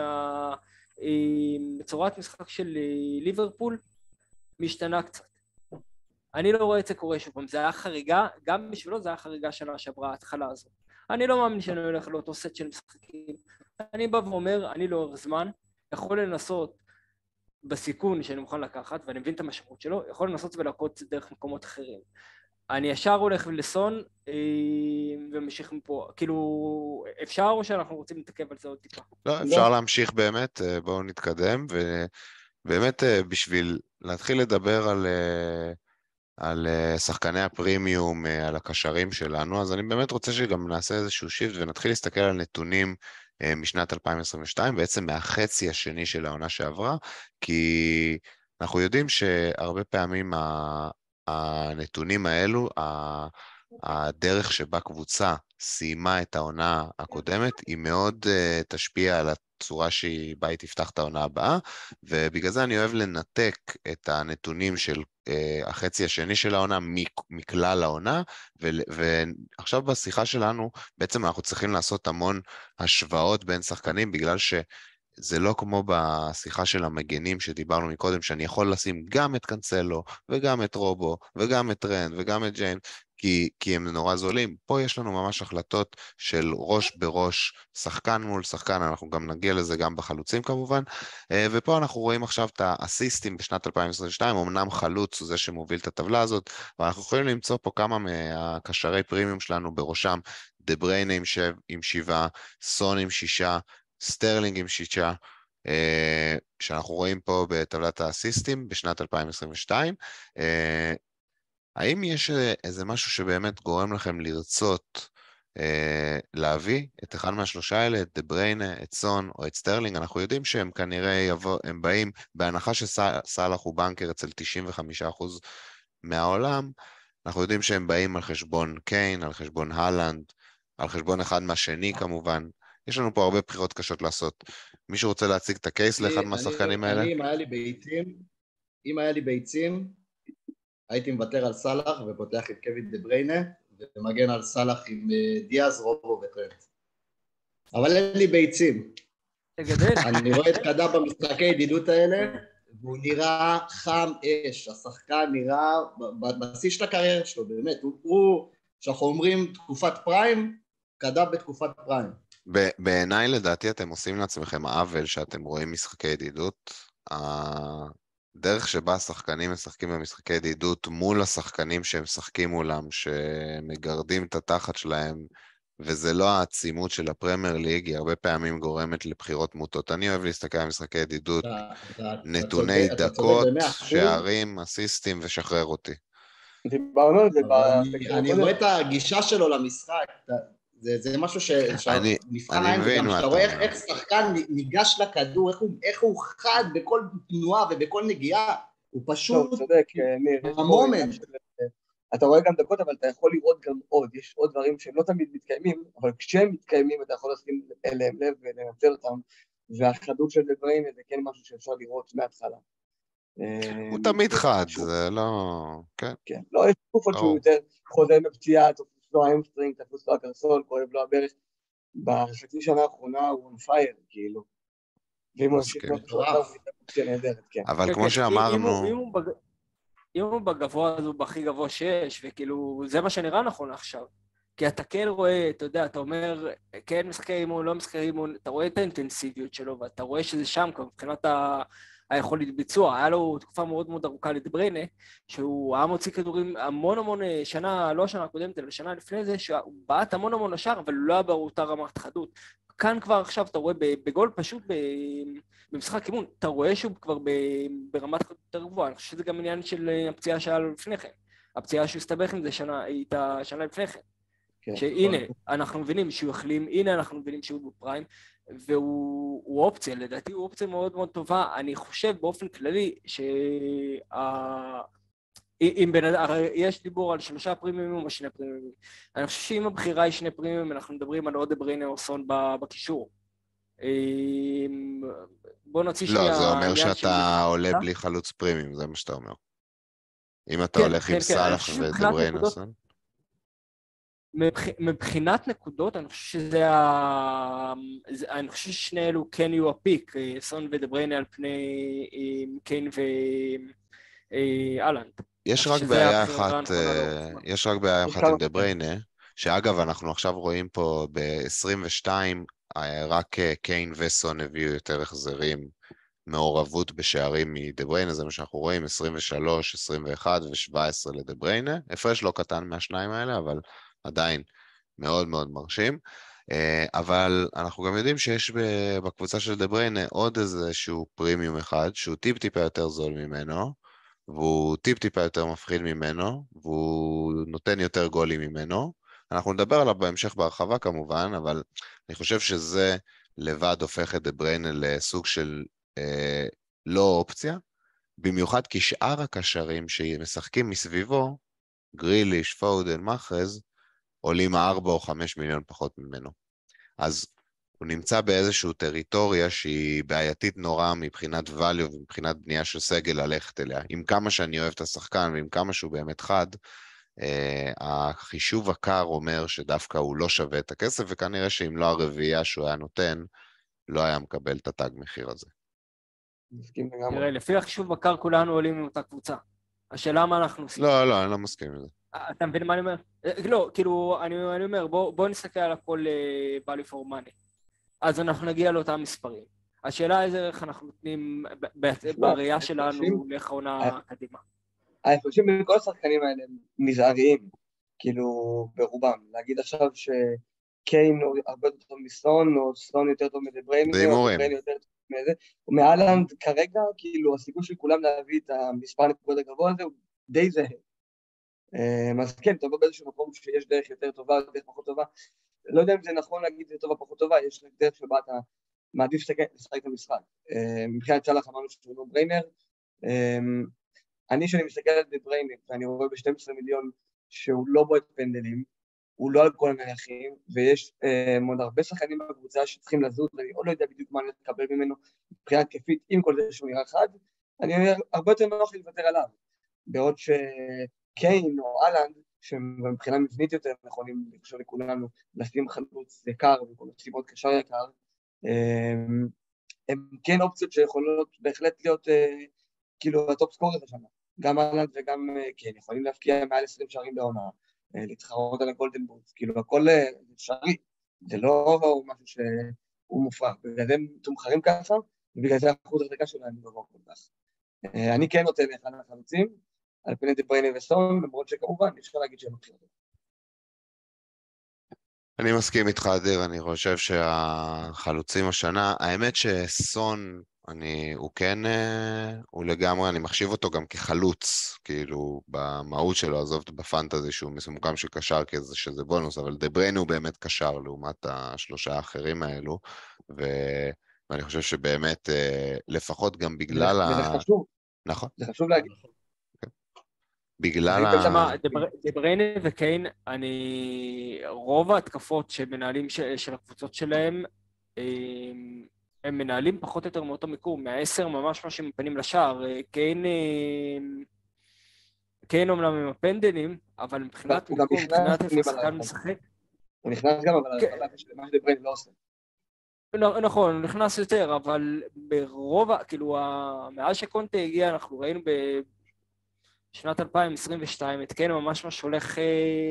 שצורת משחק של ליברפול משתנה קצת. אני לא רואה את זה קורה שוב. זה היה חריגה, גם בשבילו זה היה חריגה שנה שעברה, ההתחלה הזו. אני לא מאמין שאני הולך לאותו סט של משחקים. אני בא ואומר, אני לאורך זמן יכול לנסות בסיכון שאני מוכן לקחת, ואני מבין את המשמעות שלו, יכול לנסות ולעקות דרך מקומות אחרים. אני ישר הולך לסון וממשיך מפה. כאילו, אפשר או שאנחנו רוצים להתעכב על זה עוד טיפה? לא, אפשר להמשיך באמת, בואו נתקדם, ובאמת בשביל להתחיל לדבר על שחקני הפרימיום, על הקשרים שלנו, אז אני באמת רוצה שגם נעשה איזשהו שיפט ונתחיל להסתכל על נתונים משנת 2022, בעצם מהחצי השני של העונה שעברה, כי אנחנו יודעים שהרבה פעמים הנתונים האלו, הדרך שבה קבוצה סיימה את העונה הקודמת, היא מאוד תשפיע על הצורה שבה היא תפתח את העונה הבאה, ובגלל זה אני אוהב לנתק את הנתונים של החצי השני של העונה מכלל העונה, ועכשיו בשיחה שלנו בעצם אנחנו צריכים לעשות המון השוואות בין שחקנים, בגלל זה לא כמו בשיחה של המגנים שדיברנו מקודם, שאני יכול לשים גם את קנסלו, וגם את רובו, וגם את טרנד, וגם את ג'יימס, כי הם נורא זולים. פה יש לנו ממש החלטות של ראש בראש, שחקן מול שחקן, אנחנו גם נגיע לזה גם בחלוצים כמובן, ופה אנחנו רואים עכשיו את האסיסטים בשנת 2022, אמנם חלוץ הוא זה שמוביל את הטבלה הזאת, ואנחנו יכולים למצוא פה כמה מהקשרי פרימיום שלנו בראשם, דה בריינה עם 7, סון עם 6, סטרלינג עם 6, שאנחנו רואים פה בטבלת האסיסטים בשנת 2022. האם יש איזה משהו שבאמת גורם לכם לרצות להביא את אחד מהשלושה האלה, את דה בריינה, את סון או את סטרלינג? אנחנו יודעים שהם כנראה הם באים, בהנחה שסלאח הוא בנקר אצל 95% מהעולם, אנחנו יודעים שהם באים על חשבון קיין, על חשבון הלנד, על חשבון אחד מהשני כמובן. יש לנו פה הרבה בחירות קשות לעשות. מישהו רוצה להציג את הקייס לאחד מהשחקנים האלה? אם היה לי ביצים, הייתי מוותר על סלאח ופותח את קווין דה בריינה, ומגן על סלאח עם דיאז, רובו וטרנט. אבל אין לי ביצים. אני רואה את קדה במשחקי ידידות האלה, והוא נראה חם אש, השחקן נראה בשיא של הקריירה שלו, באמת, הוא, שאנחנו אומרים תקופת פריים, קדה בתקופת פריים. בעיניי לדעתי אתם עושים לעצמכם עוול שאתם רואים משחקי ידידות, הדרך שבה השחקנים משחקים במשחקי ידידות מול השחקנים שהם משחקים מולם, שמגרדים את התחת שלהם, וזה לא העצימות של הפרמייר ליג, היא הרבה פעמים גורמת לבחירות מוטות. אני אוהב להסתכל על משחקי ידידות, נתוני דקות, שערים, אסיסטים ושחרר אותי. דיברנו על זה. אני רואה את הגישה שלו למשחק, זה משהו שנבחן עין, וגם שאתה רואה איך שחקן ניגש לכדור, איך הוא חד בכל תנועה ובכל נגיעה, הוא פשוט המומנט. אתה רואה גם דקות, אבל אתה יכול לראות גם עוד, יש עוד דברים שהם לא תמיד מתקיימים, אבל כשהם מתקיימים אתה יכול לשים אליהם לב ולנצל אותם, והחדות של דה בריינה זה כן משהו שאפשר לראות מההתחלה. הוא תמיד חד, זה לא... כן, לא, יש תקופות שהוא יותר חוזר מפציעה, תפוס לו האמסטרינג, תפוס לו הקרסול, כואב לו הברך, בחצי שנה האחרונה הוא on fire, כאילו. ואם הוא המשיך להיות שהוא הוא פציעה נהדרת, כן. אבל כמו שאמרנו... אם הוא בגבוה, אז הוא בהכי גבוה שיש, וכאילו, זה מה שנראה נכון עכשיו. כי אתה כן רואה, אתה יודע, אתה אומר, כן משחקי אימון, לא משחקי אימון, אתה רואה את האינטנסיביות שלו, ואתה רואה שזה שם, כבר מבחינת היכולת ביצוע. היה לו תקופה מאוד מאוד ארוכה לדה בריינה, שהוא היה מוציא כדורים המון שנה, לא השנה הקודמת, אלא שנה לפני זה, שהוא בעט המון לשער, אבל לא היה באותה רמת חדות. כאן כבר עכשיו אתה רואה בגול פשוט במשחק אימון, אתה רואה שהוא כבר ברמת חדות יותר גבוהה. אני חושב שזה גם עניין של הפציעה שהיה לו לפני כן. הפציעה שהוא הסתבך עם זה הייתה שנה לפני כן. שהנה, אנחנו מבינים שהוא החלים, הנה אנחנו מבינים שהוא בפריים, והוא אופציה, לדעתי הוא אופציה מאוד מאוד טובה. אני חושב באופן כללי יש דיבור על 3 פרימיומים או 2 פרימיומים. אני חושב שאם הבחירה היא 2 פרימיומים, אנחנו מדברים על עוד דה בריינה או סון בקישור. בוא נוציא שנייה... לא, זה אומר שאתה עולה בלי חלוץ פרימיום, זה מה שאתה אומר. אם אתה הולך עם סלאח ודה בריינה או סון? מבחינת נקודות, אני חושב אני חושב ששני אלו כן יהיו הפיק, סון ודה בריינה על פני קיין ואלנד. יש רק בעיה אחת עם דה בריינה, שאגב אנחנו עכשיו רואים פה ב-22, רק קיין וסון הביאו יותר החזרים, מעורבות בשערים מדה בריינה, זה מה שאנחנו רואים, 23, 21 ו-17 לדה בריינה, הפרש לא קטן מהשניים האלה, אבל עדיין מאוד מאוד מרשים, אבל אנחנו גם יודעים שיש בקבוצה של דה בריינה עוד איזשהו פרימיום אחד, שהוא טיפ-טיפה יותר זול ממנו, והוא טיפ-טיפה יותר מפחיד ממנו, והוא נותן יותר גולים ממנו. אנחנו נדבר עליו בהמשך בהרחבה כמובן, אבל אני חושב שזה לבד הופך את דה בריינה לסוג של לא אופציה, במיוחד כי שאר הקשרים שמשחקים מסביבו, גריליש, פודן, מחרז, עולים 4 או 5 מיליון פחות ממנו. אז הוא נמצא באיזשהו טריטוריה שהיא בעייתית נורא מבחינת value ומבחינת בנייה של סגל ללכת אליה. עם כמה שאני אוהב את השחקן ועם כמה שהוא באמת חד, החישוב הקר אומר שדווקא הוא לא שווה את הכסף, וכנראה שאם לא הרביעייה שהוא היה נותן, לא היה מקבל את התג מחיר הזה. מסכים לגמרי. תראה, לפי החישוב בקר כולנו עולים עם אותה קבוצה. השאלה מה אנחנו עושים. לא, אני לא מסכים עם זה. אתה מבין מה אני אומר? לא, כאילו, אני אומר, בוא נסתכל על הכל value for money. אז אנחנו נגיע לאותם מספרים. השאלה איזה ערך אנחנו נותנים בראייה שלנו לאיך העונה קדימה. ההפרשים בין כל השחקנים האלה הם מזעריים, כאילו ברובם. להגיד עכשיו שקיין הוא הרבה יותר טוב מסון, או סון יותר טוב מדברייני, או דברייני יותר טוב מזה, ומהלנד כרגע, כאילו הסיכוי של כולם להביא את המספר הנקודות הגבוה הזה הוא די זהה. אז כן, אתה בא באיזשהו מקום שיש דרך יותר טובה, דרך פחות טובה. לא יודע אם זה נכון להגיד זה טובה פחות טובה, יש דרך שבה אתה מעדיף לשחק את המשחק. מבחינת צלח אמרנו שהוא לא בריינר. אני שאני מסתכל על דבריינר, ואני רואה ב-12 מיליון שהוא לא בועט פנדלים, הוא לא על כל הנייחים, ויש מאוד הרבה שחקנים בקבוצה שצריכים לזוז, ואני עוד לא יודע בדיוק מה אני אקבל ממנו מבחינת כיפית, עם כל זה שהוא נראה חד, אני אומר, הרבה יותר נוח לוותר עליו. בעוד שקיין או אלנד, שמבחינה מבנית יותר נכונים, אני חושב לכולנו, לשים חלוץ יקר, וכל סיבות קשר יקר, הם כן אופציות שיכולות בהחלט להיות כאילו הטופ סקור הזה שנה. גם אלנד וגם כן, יכולים להפקיע מעל 20 שערים בעונה, להתחרות על הגולדן בוט, כאילו הכל אפשרי, זה לא משהו שהוא מופרח, בגלל זה הם תומחרים ככה, ובגלל זה אחוז החזקה שלהם גבוה כל כך. אני כן נותן לאחד החלוצים, על פני דברייני וסון, למרות שכמובן אפשר להגיד שהם מתחילים. אני מסכים איתך, אדיר, אני חושב שהחלוצים השנה, האמת שסון, הוא כן, הוא לגמרי, אני מחשיב אותו גם כחלוץ, כאילו במהות שלו, עזוב בפנטזי שהוא מסומקם של קשר שזה בונוס, אבל דברייני הוא באמת קשר לעומת השלושה האחרים האלו, ואני חושב שבאמת, לפחות גם בגלל וזה חשוב. נכון. זה חשוב להגיד. בגלל דברייני וקיין, רוב ההתקפות שמנהלים של הקבוצות שלהם, הם מנהלים פחות או יותר מאותו מיקום, מה-10 ממש ממש עם פנים לשער. קיין אומנם עם הפנדלים, אבל מבחינת מיקום, מבחינת איפה השחקן משחק. הוא נכנס גם, אבל מה שדברייני לא עושה. נכון, הוא נכנס יותר, אבל ברוב, כאילו, מאז שקונטה הגיע, אנחנו ראינו בשנת 2022, את קיין ממש ממש הולך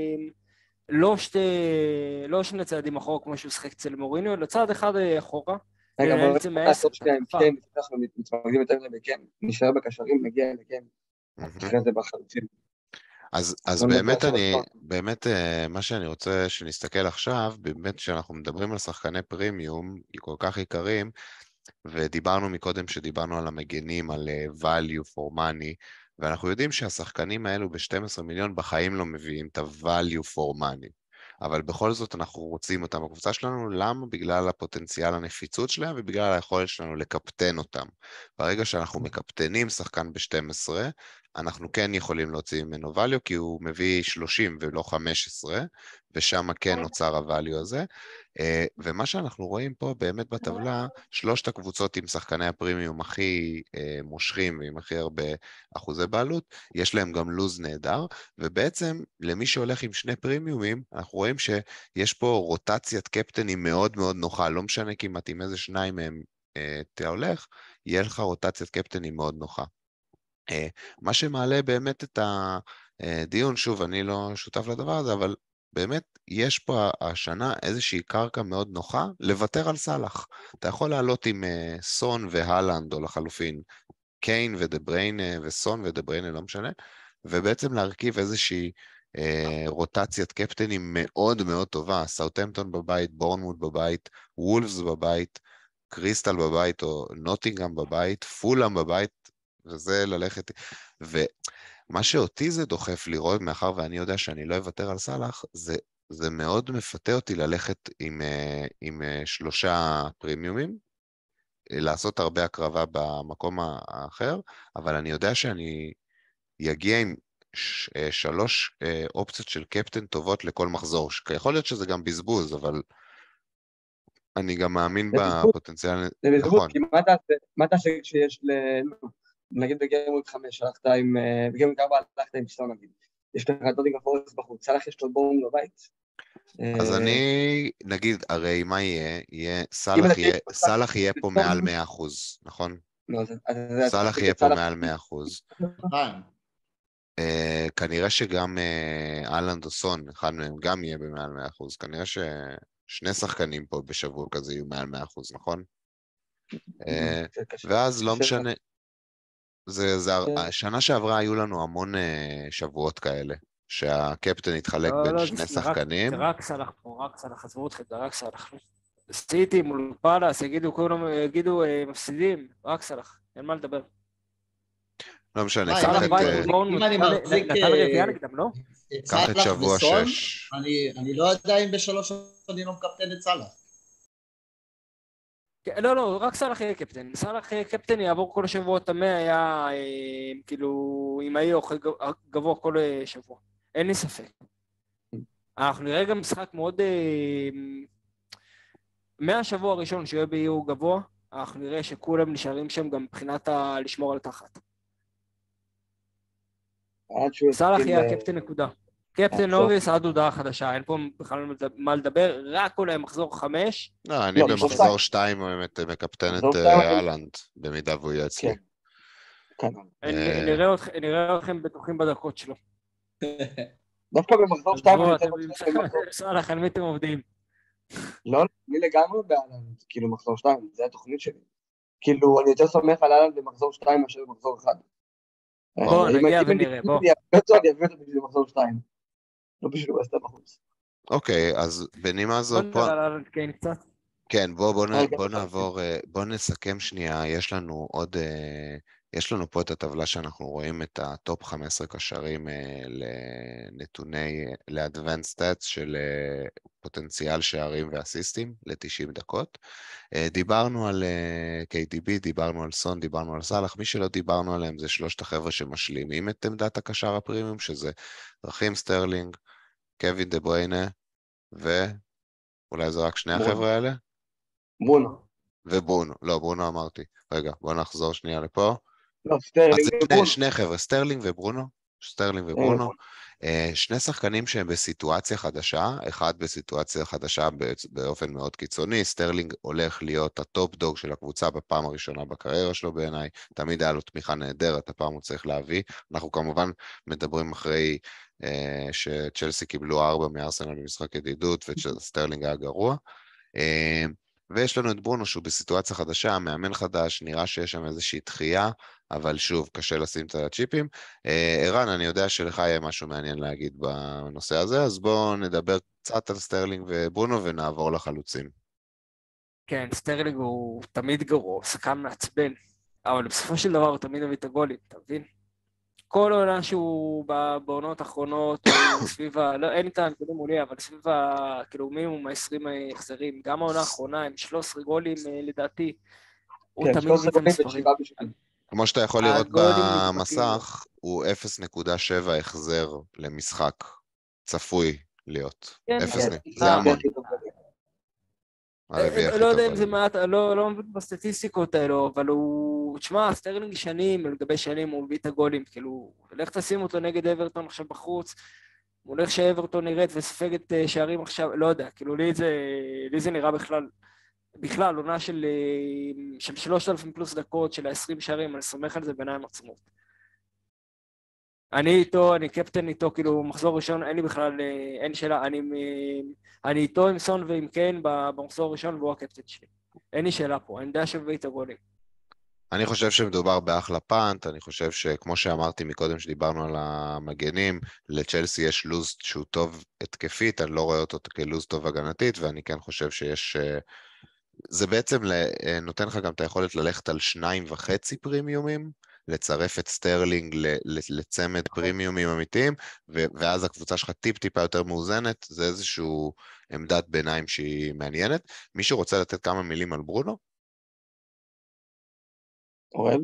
לא שני צעדים אחורה, כמו שהוא שחק אצל מוריניו, אלא צעד אחד אחורה. רגע, בואו נעשות שנייה עם קיין, אנחנו מתמקדים יותר בקן, נשאר בקשרים, נגיע לקן, אחרי זה בחלוצים. אז באמת מה שאני רוצה שנסתכל עכשיו, באמת שאנחנו מדברים על שחקני פרימיום, כל כך יקרים, ודיברנו מקודם שדיברנו על המגנים, על value for money, ואנחנו יודעים שהשחקנים האלו ב-12 מיליון בחיים לא מביאים את ה-value for money. אבל בכל זאת אנחנו רוצים אותם בקבוצה שלנו, למה? בגלל הפוטנציאל הנפיצות שלהם ובגלל היכולת שלנו לקפטן אותם. ברגע שאנחנו מקפטנים שחקן ב-12, אנחנו כן יכולים להוציא ממנו value, כי הוא מביא 30 ולא 15, ושם כן נוצר ה-value הזה. ומה שאנחנו רואים פה באמת בטבלה, שלושת הקבוצות עם שחקני הפרימיום הכי מושכים ועם הכי הרבה אחוזי בעלות, יש להם גם לוז נהדר, ובעצם למי שהולך עם שני פרימיומים, אנחנו רואים שיש פה רוטציית קפטנים מאוד מאוד נוחה, לא משנה כמעט עם איזה שניים מהם תהולך, יהיה לך רוטציית קפטנים מאוד נוחה. מה שמעלה באמת את הדיון, שוב, אני לא שותף לדבר הזה, אבל באמת יש פה השנה איזושהי קרקע מאוד נוחה לוותר על סלח. אתה יכול לעלות עם סון והלנד, או לחלופין קיין ודבריינה וסון ודבריינה, לא משנה, ובעצם להרכיב איזושהי רוטציית קפטנים מאוד מאוד טובה, סאות'המפטון בבית, בורנמוט בבית, וולפס בבית, קריסטל בבית או נוטינגהאם בבית, פולהאם בבית, וזה ללכת, ומה שאותי זה דוחף לראות, מאחר ואני יודע שאני לא אוותר על סלח, זה מאוד מפתה אותי ללכת עם שלושה פרימיומים, לעשות הרבה הקרבה במקום האחר, אבל אני יודע שאני יגיע עם 3 אופציות של קפטן טובות לכל מחזור, יכול להיות שזה גם בזבוז, אבל אני גם מאמין בפוטנציאל. זה בזבוז, כי מה תעשה כשיש נגיד בגיימוויק 5, בגיימוויק 4 הלכת עם סון נגיד, יש לך נוטינגהאם פורסט בחוץ, סלח יש לו בורנמוט בבית? אז אני, נגיד, הרי מה יהיה? אם סלאח יהיה פה מעל 100%, נכון? לא, סלאח יהיה פה מעל 100%. נכון. כנראה שגם אהלנד או סון, אחד מהם גם יהיה במעל 100%. כנראה ששני שחקנים פה בשבוע כזה יהיו מעל 100%, נכון? ואז לא משנה. השנה שעברה היו לנו המון שבועות כאלה, שהקפטן התחלק בין שני שחקנים. זה רק סלאח פה, רק סלאח, עזבו אתכם, זה רק סלאח. סיטי מול פאלאס, יגידו מפסידים, רק סלאח, אין מה לדבר. לא משנה, אם אני מחזיק... נתן רביעייה נגדם, לא? קח את שבוע 6. אני לא יודע אם בשלוש אני לא מקפטן את סלאח. לא, רק סלאח יהיה קפטן. סלאח קפטן יעבור כל השבוע את 100, היה כאילו, אם היה אוכל גבוה כל שבוע. אין לי ספק. אנחנו נראה גם משחק מאוד... מהשבוע הראשון שיהיה באיו גבוה, אנחנו נראה שכולם נשארים שם גם מבחינת לשמור על תחת. סלאח יהיה הקפטן נקודה. קפטן אוביס עד הודעה חדשה, אין פה בכלל מה לדבר, רק אולי מחזור 5. לא, אני במחזור 2 מקפטן את אהלנד, במידה והוא יהיה אצלי. נראה אתכם בטוחים בדקות שלו. דווקא במחזור 2 אני סלאח, על מי אתם עובדים? לא, אני לגמרי באהלנד, כאילו מחזור 2, זה התוכנית שלי. כאילו, אני יותר סומך על אהלנד במחזור 2 מאשר במחזור 1. בוא, נגיע ונראה, בוא. אני אביא אותו בשביל מחזור 2. לא בשביל הוא עשתה בחוץ. אוקיי, אז בנימה זו פה... בוא נדבר על אהלנד קיין קצת. כן, בוא נעבור, בוא נסכם שנייה, יש לנו פה את הטבלה שאנחנו רואים את הטופ 15 קשרים לנתוני, ל-advanced stats של פוטנציאל שערים ואסיסטים ל-90 דקות. דיברנו על KDB, דיברנו על סון, דיברנו על סלאח, מי שלא דיברנו עליהם זה שלושת החבר'ה שמשלימים את עמדת הקשר הפרימיום, שזה רכים סטרלינג, קווין דה בריינה, ואולי זה רק שני החבר'ה האלה? ברונו. וברונו, לא, ברונו אמרתי. רגע, בוא נחזור שנייה לפה. לא, סטרלינג וברונו. שני חבר'ה, סטרלינג וברונו. שני שחקנים שהם בסיטואציה חדשה, אחד בסיטואציה חדשה באופן מאוד קיצוני, סטרלינג הולך להיות הטופ דוג של הקבוצה בפעם הראשונה בקריירה שלו בעיניי, תמיד היה לו תמיכה נהדרת, הפעם הוא צריך להביא. אנחנו כמובן מדברים אחרי שצ'לסי קיבלו 4 מארסנל במשחק ידידות, וסטרלינג היה גרוע. ויש לנו את ברונו שהוא בסיטואציה חדשה, מאמן חדש, נראה שיש שם איזושהי דחייה, אבל שוב, קשה לשים את הצ'יפים. ערן, אני יודע שלך יהיה משהו מעניין להגיד בנושא הזה, אז בואו נדבר קצת על סטרלינג וברונו ונעבור לחלוצים. כן, סטרלינג הוא תמיד גרוע, שחקן מעצבן, אבל בסופו של דבר הוא תמיד מביא את הגולים, אתה מבין? כל עונה שהוא בעונות האחרונות, הוא סביב לא, אין את הנקודים מולי, אבל סביב כאילו מינימום 20 החזרים, גם העונה האחרונה עם 13 גולים לדעתי, הוא תמיד מביא את המספרים. כמו שאתה יכול לראות במסך, הוא 0.7 החזר למשחק צפוי להיות. זה המון. לא יודע אם זה מעט, לא מבין בסטטיסטיקות האלו, אבל הוא, תשמע, סטרלינג שנים, לגבי שנים הוא מביא את הגולים, כאילו, לך תשים אותו נגד אברטון עכשיו בחוץ, הוא הולך שאברטון נראית וספגת שערים עכשיו, לא יודע, כאילו לי זה נראה בכלל, עונה של 3,000 פלוס דקות, של 20 שערים, אני סומך על זה בעיניים עצמות. אני איתו, אני קפטן איתו, כאילו מחזור ראשון, אין לי בכלל, אין שאלה, אני איתו עם סון ועם קיין במחזור הראשון, והוא הקפטן שלי. אין לי שאלה פה, אני יודע שביא את הגולים. אני חושב שמדובר באחלה פאנט, אני חושב שכמו שאמרתי מקודם שדיברנו על המגנים, לצ'לסי יש לוז שהוא טוב התקפית, אני לא רואה אותו כלוז טוב הגנתית, ואני כן חושב שיש... זה בעצם נותן לך גם את היכולת ללכת על 2.5 פרימיומים, לצרף את סטרלינג לצמד פרימיומים אמיתיים, ואז הקבוצה שלך טיפה יותר מאוזנת, זה איזשהו עמדת ביניים שהיא מעניינת. מישהו רוצה לתת כמה מילים על ברונו? אורל?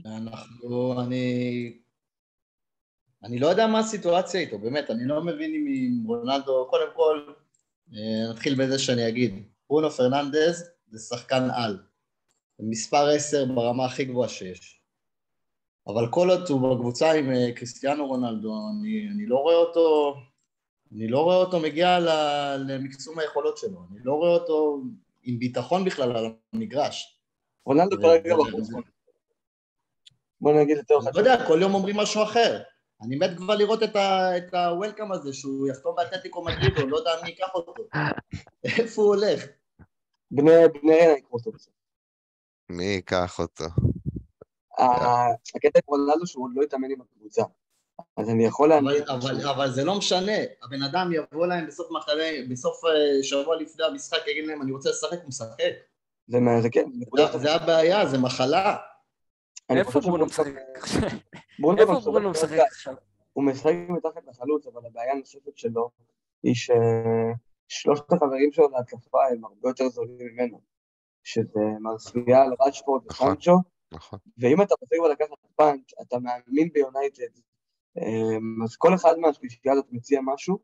אני לא יודע מה הסיטואציה איתו, באמת, אני לא מבין אם רונלדו, קודם כל, נתחיל בזה שאני אגיד, ברונו פרננדז זה שחקן על, מספר 10 ברמה הכי גבוהה שיש. אבל כל עוד הוא בקבוצה עם קריסטיאנו רונלדו, אני לא רואה אותו אני לא רואה אותו מגיע למקסום היכולות שלו, אני לא רואה אותו עם ביטחון בכלל על המגרש. רונלדו כרגע בחוץ. בוא נגיד יותר חשוב. אני לא יודע, כל יום אומרים משהו אחר. אני מת כבר לראות את הוולקאם הזה, שהוא יחתום באתלטיקו מדריד, או לא יודע מי ייקח אותו. איפה הוא הולך? בני ריינה יקחו אותו בסוף. מי ייקח אותו? הקטע עם רונלדו שהוא עוד לא יתאמן עם הקבוצה. אז אני יכול להניח... אבל זה לא משנה. הבן אדם יבוא להם בסוף שבוע לפני המשחק, יגיד להם, אני רוצה לשחק, הוא משחק. זה כן. זה הבעיה, זה מחלה. איפה ברונו משחק עכשיו? איפה ברונו משחק עכשיו? הוא משחק מתחת לחלוץ, אבל הבעיה הנוספת שלו היא ששלושת החברים שלו להתקפה הם הרבה יותר זולים ממנו, שזה מרסיאל, רשפורד וסנצ'ו, ואם אתה רוצה כבר לקחת פאנץ', אתה מאמין ביונייטד, אז כל אחד מהשלישייה הזאת מציע משהו,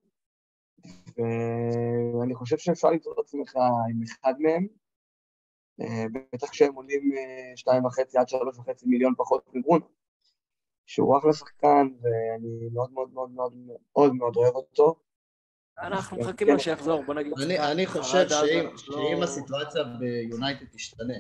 ואני חושב שאפשר למצוא את עצמך עם אחד מהם, בטח שהם עולים 2.5 עד 3.5 מיליון פחות מברונו, שהוא אחלה שחקן, ואני מאוד מאוד מאוד מאוד מאוד מאוד אוהב אותו. אנחנו מחכים לו שיחזור, בוא נגיד. אני חושב שאם הסיטואציה ביונייטד תשתנה,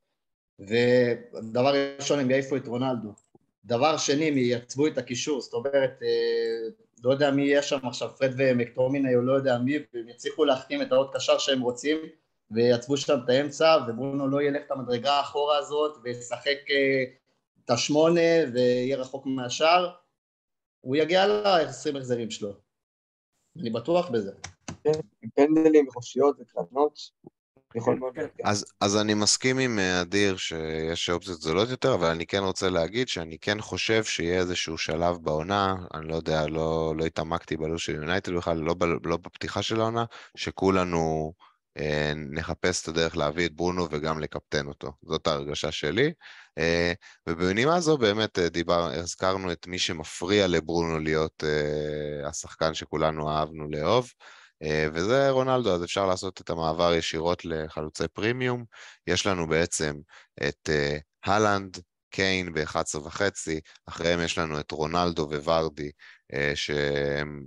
ודבר ראשון הם יעיפו את רונלדו, דבר שני הם ייצבו את הקישור, זאת אומרת, לא יודע מי יהיה שם עכשיו, פרד ומקטומיני או לא יודע מי, והם יצליחו להחתים את העוד קשר שהם רוצים, ויצבו שם את האמצע, וברונו לא ילך את המדרגה האחורה הזאת, וישחק את השמונה, ויהיה רחוק מהשאר, הוא יגיע ל-20 החזרים שלו. אני בטוח בזה. עם פנדלים, חופשיות וקרנות, יכול מאוד להגיע. אז אני מסכים עם אדיר שיש אופציות זולות יותר, אבל אני כן רוצה להגיד שאני כן חושב שיהיה איזשהו שלב בעונה, אני לא יודע, לא התעמקתי בלו"ז של יונייטד בכלל, לא בפתיחה של העונה, שכולנו נחפש את הדרך להביא את ברונו וגם לקפטן אותו. זאת ההרגשה שלי. ובנימה הזו באמת הזכרנו את מי שמפריע לברונו להיות השחקן שכולנו אהבנו לאהוב, וזה רונלדו. אז אפשר לעשות את המעבר ישירות לחלוצי פרימיום. יש לנו בעצם את הלנד, קיין ב-11.5, אחריהם יש לנו את רונלדו וורדי שהם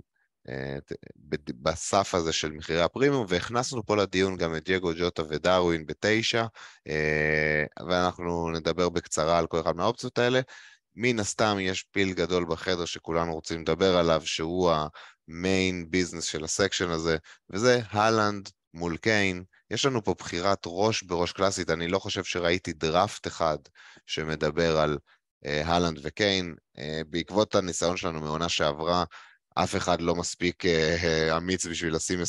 בסף הזה של מחירי הפרימיום, והכנסנו פה לדיון גם את דייגו ג'וטה ודרווין ב9, ואנחנו נדבר בקצרה על כל אחד מהאופציות האלה. מן הסתם יש פיל גדול בחדר שכולנו רוצים לדבר עליו, שהוא המיין ביזנס של הסקשן הזה, וזה הלנד מול קיין. יש לנו פה בחירת ראש בראש קלאסית, אני לא חושב שראיתי דראפט אחד שמדבר על הלנד וקיין, בעקבות הניסיון שלנו מעונה שעברה, אף אחד לא מספיק אמיץ בשביל לשים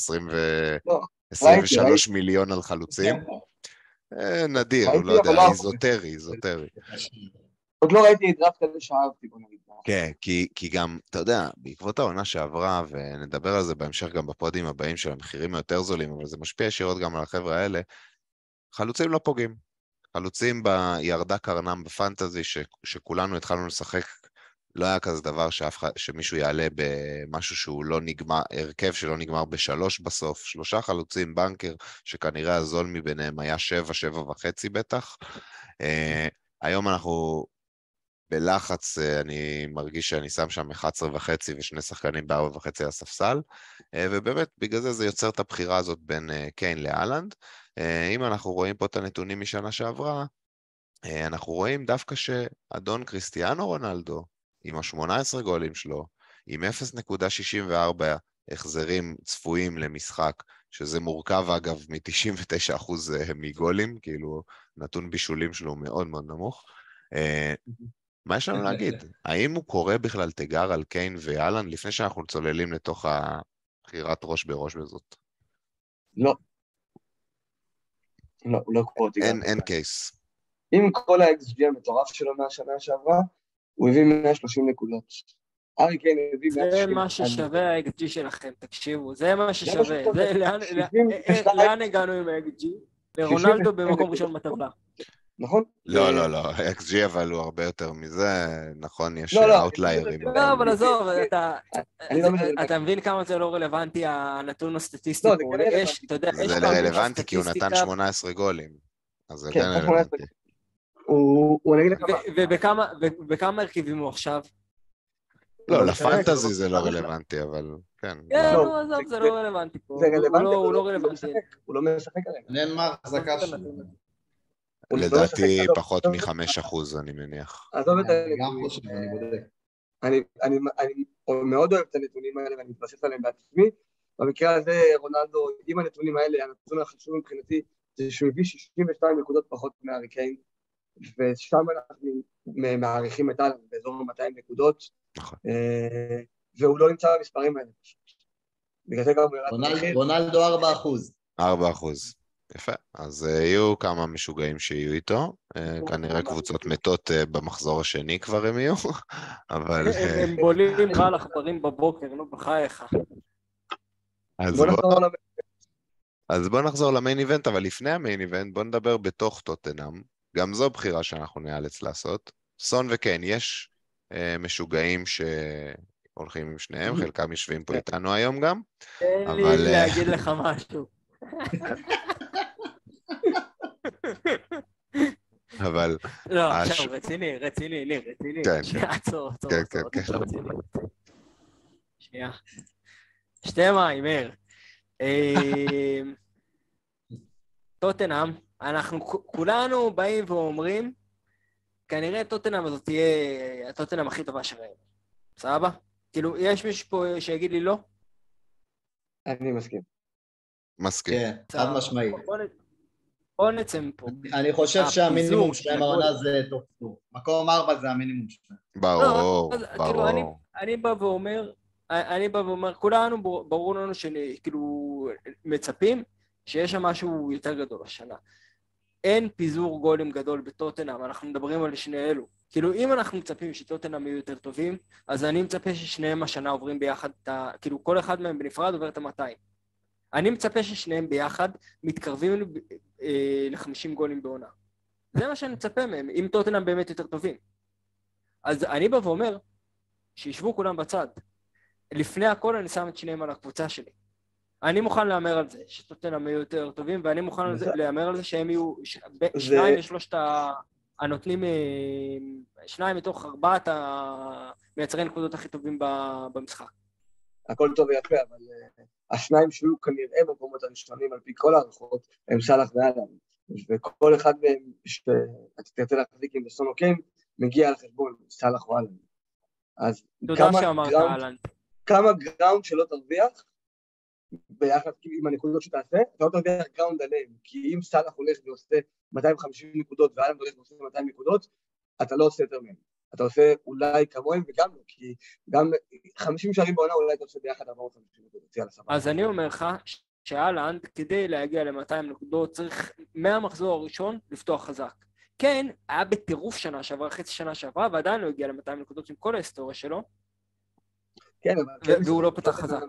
23 מיליון על חלוצים. נדיר, לא יודע, איזוטרי. עוד לא ראיתי את דראפט כזה שאהבתי, בוא נגיד. כן, כי גם, אתה יודע, בעקבות העונה שעברה, ונדבר על זה בהמשך גם בפודים הבאים של המחירים היותר זולים, אבל זה משפיע ישירות גם על החבר'ה האלה, חלוצים לא פוגעים. חלוצים בירדה קרנם בפנטזי, שכולנו התחלנו לשחק, לא היה כזה דבר שמישהו יעלה במשהו שהוא לא נגמר, הרכב שלא נגמר ב3 בסוף, 3 חלוצים, בנקר, שכנראה הזול מביניהם היה 7.5 בטח. היום אנחנו בלחץ, אני מרגיש שאני שם שם 11.5 ושני שחקנים ב4.5 על הספסל, ובאמת בגלל זה יוצר את הבחירה הזאת בין קיין להלנד. אם אנחנו רואים פה את הנתונים משנה שעברה, אנחנו רואים דווקא שאדון קריסטיאנו רונלדו, עם ה-18 גולים שלו, עם 0.64 החזרים צפויים למשחק, שזה מורכב אגב מ-99% מגולים, כאילו נתון בישולים שלו מאוד מאוד נמוך. מה יש לנו להגיד? האם הוא קורא בכלל תיגר על קיין ואלן, לפני שאנחנו צוללים לתוך הבחירת ראש בראש בזאת? לא. לא, הוא לא קורא תיגר. אין קייס. עם כל ה-XG המטורף שלו מהשנה שעברה, הוא הביא 130 נקודות. ארי קיין הביא 130. זה מה ששווה ה-XG שלכם, תקשיבו, זה מה ששווה. לאן הגענו עם ה-XG? לרונלדו במקום ראשון בטבלה. נכון? לא, XG אבל הוא הרבה יותר מזה, נכון, יש אאוטליירים. לא, אבל עזוב, אתה מבין כמה זה לא רלוונטי, הנתון הסטטיסטי פה. זה רלוונטי כי הוא נתן 18 גולים, אז זה עדיין רלוונטי. הוא נגיד לך... ובכמה הרכיבים הוא עכשיו? לא, לפנטזי זה לא רלוונטי, אבל כן. כן, לא. נו, עזוב, זה לא רלוונטי פה. זה רלוונטי, הוא לא רלוונטי. הוא לא משחק כרגע. אין מה החזקה שלו. הוא לא לדעתי משחק, פחות עזוב, מ5%, אני מניח. עזוב את אני גם הנתונים. חושב, אני בודק. אני מאוד אוהב את הנתונים האלה ואני מתבסס עליהם בעצמי. במקרה הזה, רונלדו, עם הנתונים האלה, הנתון החשוב מבחינתי, זה שהוא הביא 62 נקודות פחות מהארי קיין, ושם אנחנו מעריכים את אלן באזור 200 נקודות, נכון. והוא לא נמצא במספרים האלה. בגלל זה גם רונלדו 4%. 4%. יפה. אז יהיו כמה משוגעים שיהיו איתו. כנראה קבוצות מתות במחזור השני כבר הם יהיו, אבל... הם בולים רע לחברים בבוקר, נו, בחייך. אז בוא נחזור למיין איבנט, אבל לפני המיין איבנט בוא נדבר בתוך טוטנהאם. גם זו בחירה שאנחנו נאלץ לעשות. סון וקיין, יש משוגעים שהולכים עם שניהם, חלקם יושבים פה איתנו היום גם. תן לי להגיד לך משהו. אבל... לא, עכשיו, רציני, ניר, רציני. כן, שנייה, עצור. כן. שנייה. שתי מים, מאיר. טוטנהאם, אנחנו כולנו באים ואומרים, כנראה טוטנהאם הזאת תהיה הטוטנהאם הכי טובה שראינו. סבבה? כאילו, יש מישהו פה שיגיד לי לא? אני מסכים. כן, חד משמעית. בוא נצא מפה. אני חושב שהמינימום שלהם העונה זה טופ 4. מקום 4 זה המינימום שלהם. ברור. אני בא ואומר, כולנו ברור לנו שכאילו מצפים שיש שם משהו יותר גדול השנה. אין פיזור גולים גדול בטוטנהאם, אנחנו מדברים על שני אלו. כאילו אם אנחנו מצפים שטוטנהאם יהיו יותר טובים, אז אני מצפה ששניהם השנה עוברים ביחד, כאילו כל אחד מהם בנפרד עובר את ה-200. אני מצפה ששניהם ביחד מתקרבים ל-50 גולים בעונה. זה מה שאני מצפה מהם, אם טוטנהאם באמת יותר טובים. אז אני בא ואומר, שישבו כולם בצד. לפני הכל אני שם את שניהם על הקבוצה שלי. אני מוכן לאמר על זה, שטוטנהאם יהיו יותר טובים, ואני מוכן לאמר על זה שהם יהיו שניים לשלושת הנותנים, שניים מתוך 4 המייצרי נקודות הכי טובים במשחק. הכל טוב ויפה, אבל השניים שהיו כנראה במקומות הראשונים על פי כל הערכות, הם סלאח ואלן, וכל אחד מהם, שאתה תרצה להחזיק עם סון או קיין, מגיע על חשבון סלאח או אלן. אז תודה שאמרת אלן. כמה גראונד שלא תרוויח, ביחד עם הנקודות שתעשה, אתה לא תרוויח גראונד עליהם, כי אם סלאח הולך ועושה 250 נקודות, ואלן הולך ועושה 200 נקודות, אתה לא עושה יותר מהם. אתה עושה אולי כמוהם וגם לא, כי גם 50 שערים בעונה אולי אתה עושה ביחד 450 נקודות. אז אני אומר לך שאלנד, כדי להגיע ל-200 נקודות, צריך מהמחזור הראשון לפתוח חזק. כן, היה בטירוף שנה שעברה, חצי שנה שעברה, ועדיין לא הגיע ל-200 נקודות עם כל ההיסטוריה שלו. כן, והוא לא פתח חזק.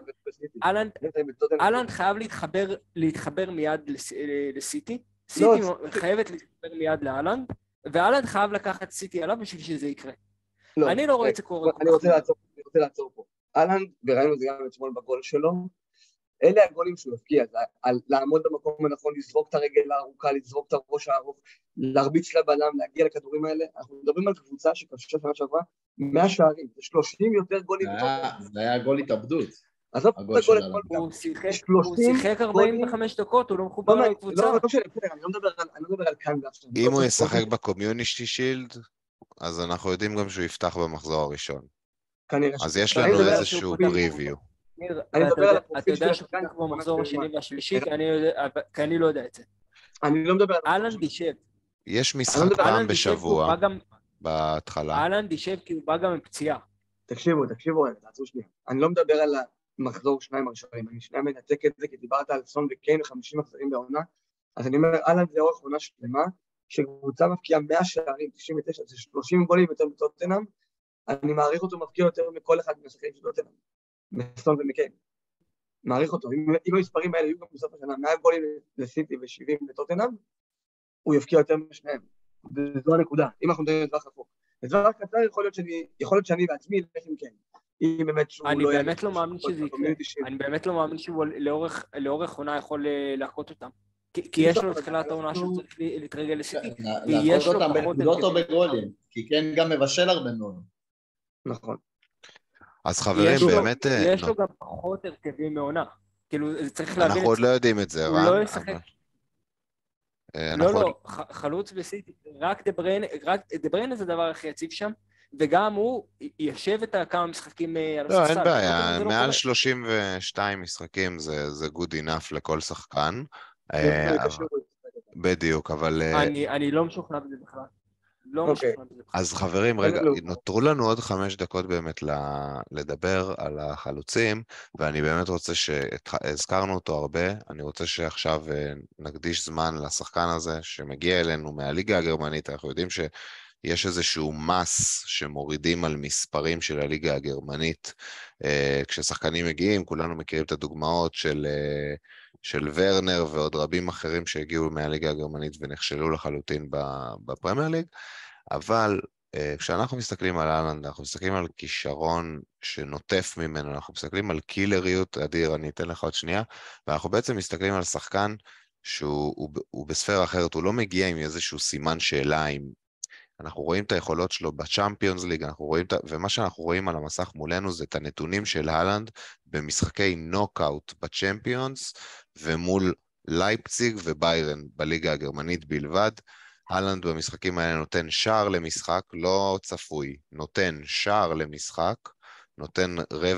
אלנד חייב להתחבר מיד לסיטי, סיטי חייבת להתחבר מיד לאלנד, ואלנד חייב לקחת סיטי עליו בשביל שזה יקרה. אני לא רואה את זה קורה. אני רוצה לעצור פה. אלנד, וראינו את זה גם אתמול בגול שלו, אלה הגולים שהוא הפקיע, על לעמוד במקום הנכון, לזרוק את הרגל הארוכה, לזרוק את הראש הארוך, להרביץ לבלם, להגיע לכדורים האלה. אנחנו מדברים על קבוצה שכבשה שנה שעברה 100 שערים, זה 30 יותר גולים. זה היה גול התאבדות. הוא שיחק 45 דקות, הוא לא מחובר לקבוצה. אני לא מדבר על כאן ועכשיו. אם הוא ישחק בקומיוניטי שילד, אז אנחנו יודעים גם שהוא יפתח במחזור הראשון. אז יש לנו איזשהו פריוויו. אתה יודע שהוא יפתח במחזור השני והשלישי, כי אני לא יודע את זה. אני לא מדבר על... אלנד יישב. יש משחק פעם בשבוע בהתחלה. אלנד יישב כי הוא בא גם עם פציעה. תקשיבו, תעצרו שנייה. אני לא מדבר על המחזור שניים הראשונים, אני שנייה מנתק את זה, כי דיברת על סון וקיין 50 מחזורים בעונה, אז אני אומר, אלנד זה אורך עונה שלמה, שקבוצה מפקיעה 100 שערים, 99, זה 30 גולים יותר מטוטנהאם, אני מעריך אותו מפקיע יותר מכל אחד מהשחקנים של טוטנהאם, מסון וקיין. מעריך אותו. אם המספרים האלה יהיו גם בסוף השנה, 100 גולים לסיטי ו70 לטוטנהאם, הוא יפקיע יותר משניהם. וזו הנקודה. אם אנחנו מדברים על טווח רחוק. בטווח קצר יכול להיות שאני בעצמי אלך עם כן. אני באמת לא מאמין שזה יקרה. אני באמת לא מאמין שהוא לאורך עונה יכול להכות אותם. כי יש לו תחילת העונה שהוא צריך להתרגל לסיטי. ויש לו פחות... לא אותו בגולים, כי כן גם מבשל הרבה מאוד. נכון. אז חברים, באמת, יש לו גם פחות הרכבים מעונה. כאילו, צריך להבין אנחנו את עוד זה. לא יודעים את זה, הוא רן, לא ישחק. אבל... לא, חלוץ בסיטי, רק דה בריינה זה הדבר הכי יציב שם, וגם הוא יישב את כמה משחקים על לא, הספסל. אין בעיה, זה לא מעל קורה. 32 משחקים זה good enough לכל שחקן. אם הוא יקשר הוא ישחק. בדיוק, אבל... אני לא משוכנע בזה בכלל. לא אוקיי. משוכנע בזה בכלל. אז חברים, רגע, נותרו לנו עוד 5 דקות באמת לדבר על החלוצים, ואני באמת רוצה שהזכרנו אותו הרבה, אני רוצה שעכשיו נקדיש זמן לשחקן הזה שמגיע אלינו מהליגה הגרמנית, אנחנו יודעים שיש איזשהו מס שמורידים על מספרים של הליגה הגרמנית, כששחקנים מגיעים, כולנו מכירים את הדוגמאות של ורנר ועוד רבים אחרים שהגיעו מהליגה הגרמנית ונכשלו לחלוטין בפרמייר ליג, אבל כשאנחנו מסתכלים על הלנד, אנחנו מסתכלים על כישרון שנוטף ממנו, אנחנו מסתכלים על קילריות, אדיר, אני אתן לך עוד שנייה, ואנחנו בעצם מסתכלים על שחקן שהוא בספירה אחרת, הוא לא מגיע עם איזשהו סימן שאלה, אנחנו רואים את היכולות שלו בצ'אמפיונס ליג, ומה שאנחנו רואים על המסך מולנו זה את הנתונים של הלנד במשחקי נוקאוט בצ'אמפיונס, ומול לייפציג וביירן בליגה הגרמנית בלבד. הלנד במשחקים האלה נותן שער למשחק, לא צפוי, נותן שער למשחק, נותן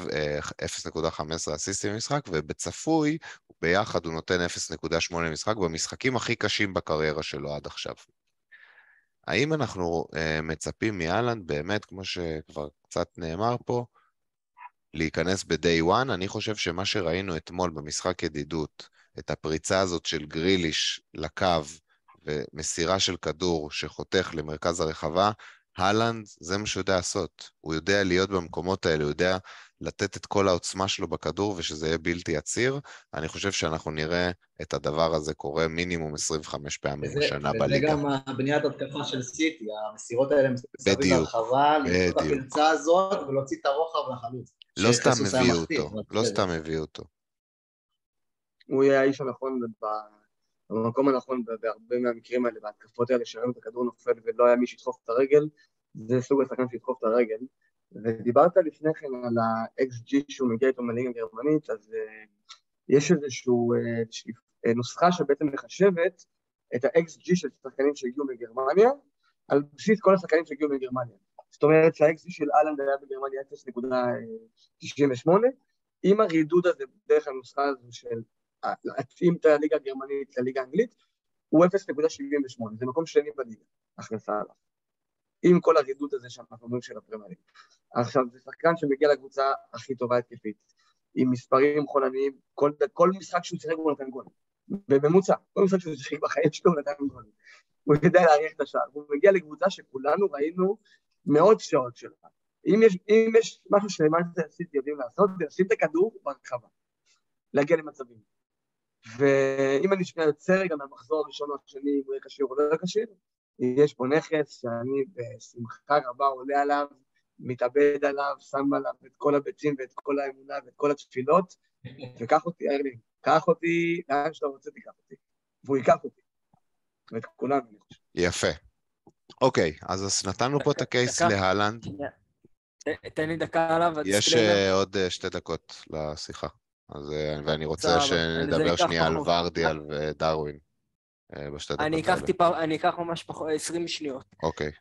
0.15 אסיסטים למשחק, ובצפוי ביחד הוא נותן 0.8 למשחק במשחקים הכי קשים בקריירה שלו עד עכשיו. האם אנחנו מצפים מהלנד באמת, כמו שכבר קצת נאמר פה, להיכנס ב-day one? אני חושב שמה שראינו אתמול במשחק ידידות, את הפריצה הזאת של גריליש לקו, ומסירה של כדור שחותך למרכז הרחבה, הלנד זה מה שהוא יודע לעשות. הוא יודע להיות במקומות האלה, הוא יודע לתת את כל העוצמה שלו בכדור, ושזה יהיה בלתי עציר. אני חושב שאנחנו נראה את הדבר הזה קורה מינימום 25 פעמים בשנה בליגה. וזה גם בניית התקפה של סיטי, המסירות האלה מסביב בדיוק, להרחבה, למצוא את בדיוק. הפרצה הזאת ולהוציא את הרוחב לחלוץ. לא סתם שחסוס היה הביאו מחטיא, אותו, אבל לא בסדר. סתם הביאו אותו. הוא יהיה האיש הנכון במקום הנכון בהרבה מהמקרים האלה, בהתקפות האלה שראינו את הכדור נופל ולא היה מי שידחוף את הרגל, זה סוג השחקן שידחוף את הרגל. ודיברת לפני כן על ה-XG שהוא מגיע איתו מהליגה הגרמנית, אז יש איזושהי נוסחה שבעצם מחשבת את ה-XG של שחקנים שהגיעו מגרמניה, על בסיס כל השחקנים שהגיעו מגרמניה. זאת אומרת שה-XG של אלנד היה בגרמניה 0.98, עם הרידוד הזה דרך הנוסחה הזו של להתאים את הליגה הגרמנית לליגה האנגלית, הוא 0.78, זה מקום שני בליגה, הכנסה עליו. עם כל הרידוד הזה שאנחנו אומרים של הפרמייר ליג. עכשיו, זה שחקן שמגיע לקבוצה הכי טובה התקפית, עם מספרים חולניים, כל משחק שהוא שיחק הוא נתן גול. בממוצע, כל משחק שהוא שיחק בחיים שלו הוא נתן גול. הוא יודע להעריך את השער. הוא מגיע לקבוצה שכולנו ראינו מאות שעות שלה. אם יש משהו שמאנצ'סטר סיטי יודעים לעשות, זה לשים את הכדור ברחבה, להגיע למצבים. ואם אני יוצא רגע מהמחזור הראשון או השני, אם הוא יהיה קשיר או לא יהיה קשיר, יש פה נכס שאני בשמחה רבה עולה עליו, מתאבד עליו, שם עליו את כל הביצים ואת כל האמונה ואת כל התפילות, וקח אותי, ארלין, קח אותי, לאן שאתה רוצה תיקח אותי. והוא ייקח אותי. ואת כולנו, אני חושב. יפה. אוקיי, אז נתנו פה את הקייס להלנד. תן לי דקה עליו. יש עוד 2 דקות לשיחה. ואני רוצה שנדבר שנייה על ורדיאל ודרווין. בשתי דקות האלה. אני אקח ממש 20 שניות. אוקיי.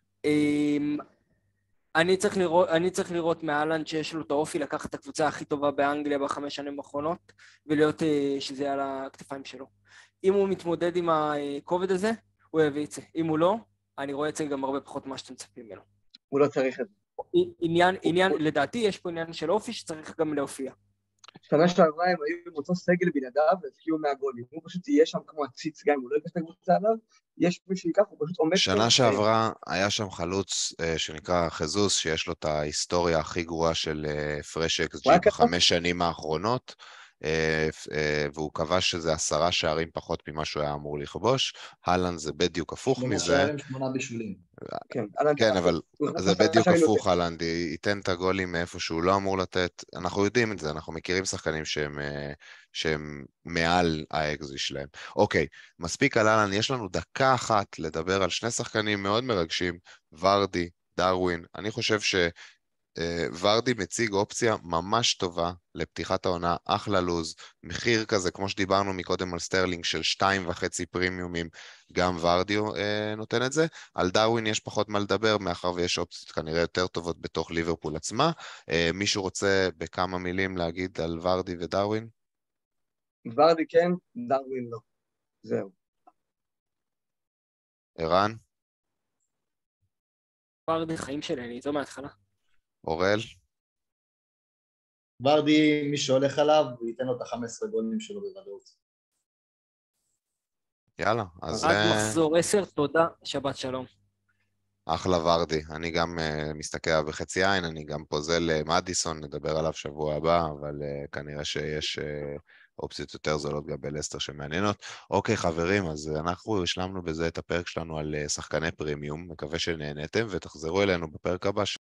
אני צריך לראות מהלנד שיש לו את האופי לקחת את הקבוצה הכי טובה באנגליה ב5 שנים האחרונות, ולהיות שזה על הכתפיים שלו. אם הוא מתמודד עם הכובד הזה, הוא יביא את זה. אם הוא לא, אני רואה את זה גם הרבה פחות מה שאתם מצפים ממנו. הוא לא צריך את זה. לדעתי יש פה עניין של אופי שצריך גם להופיע. שנה שעברה הם היו עם אותו סגל בלעדיו והזכירו מהגולים. הוא פשוט יהיה שם כמו הציץ, גם אם הוא לא יקח את הקבוצה עליו, יש מי שיקח, הוא פשוט עומד... שנה שעברה היה שם חלוץ שנקרא חזוס, שיש לו את ההיסטוריה הכי גרועה של פרש XG ב5 שנים האחרונות, והוא קבע שזה 10 שערים פחות ממה שהוא היה אמור לכבוש. הלנד זה בדיוק הפוך מזה. 8 שערים 8 בישולים. כן, אבל זה בדיוק הפוך, הלנד ייתן את הגולים מאיפה שהוא לא אמור לתת. אנחנו יודעים את זה, אנחנו מכירים שחקנים שהם מעל ה-XG שלהם. אוקיי, מספיק על הלנד, יש לנו דקה אחת לדבר על 2 שחקנים מאוד מרגשים, ורדי, דרווין. אני חושב ורדי מציג אופציה ממש טובה לפתיחת העונה, אחלה לוז, מחיר כזה, כמו שדיברנו מקודם על סטרלינג של 2.5 פרימיומים, גם ורדי נותן את זה. על דרווין יש פחות מה לדבר, מאחר ויש אופציות כנראה יותר טובות בתוך ליברפול עצמה. מישהו רוצה בכמה מילים להגיד על ורדי ודרווין? ורדי כן, דרווין לא. זהו. ערן? ורדי חיים שלי, אני איתו מההתחלה. אורל? ורדי, מי שהולך עליו, הוא ייתן לו את ה-15 גולים שלו בוודאות. יאללה, אז... עד מחזור 10, תודה, שבת שלום. אחלה ורדי, אני גם מסתכל בחצי עין, אני גם פוזל מדיסון, נדבר עליו שבוע הבא, אבל כנראה שיש אופציות יותר זולות גם בלסטר שמעניינות. אוקיי חברים, אז אנחנו השלמנו בזה את הפרק שלנו על שחקני פרימיום, מקווה שנהנתם ותחזרו אלינו בפרק הבא.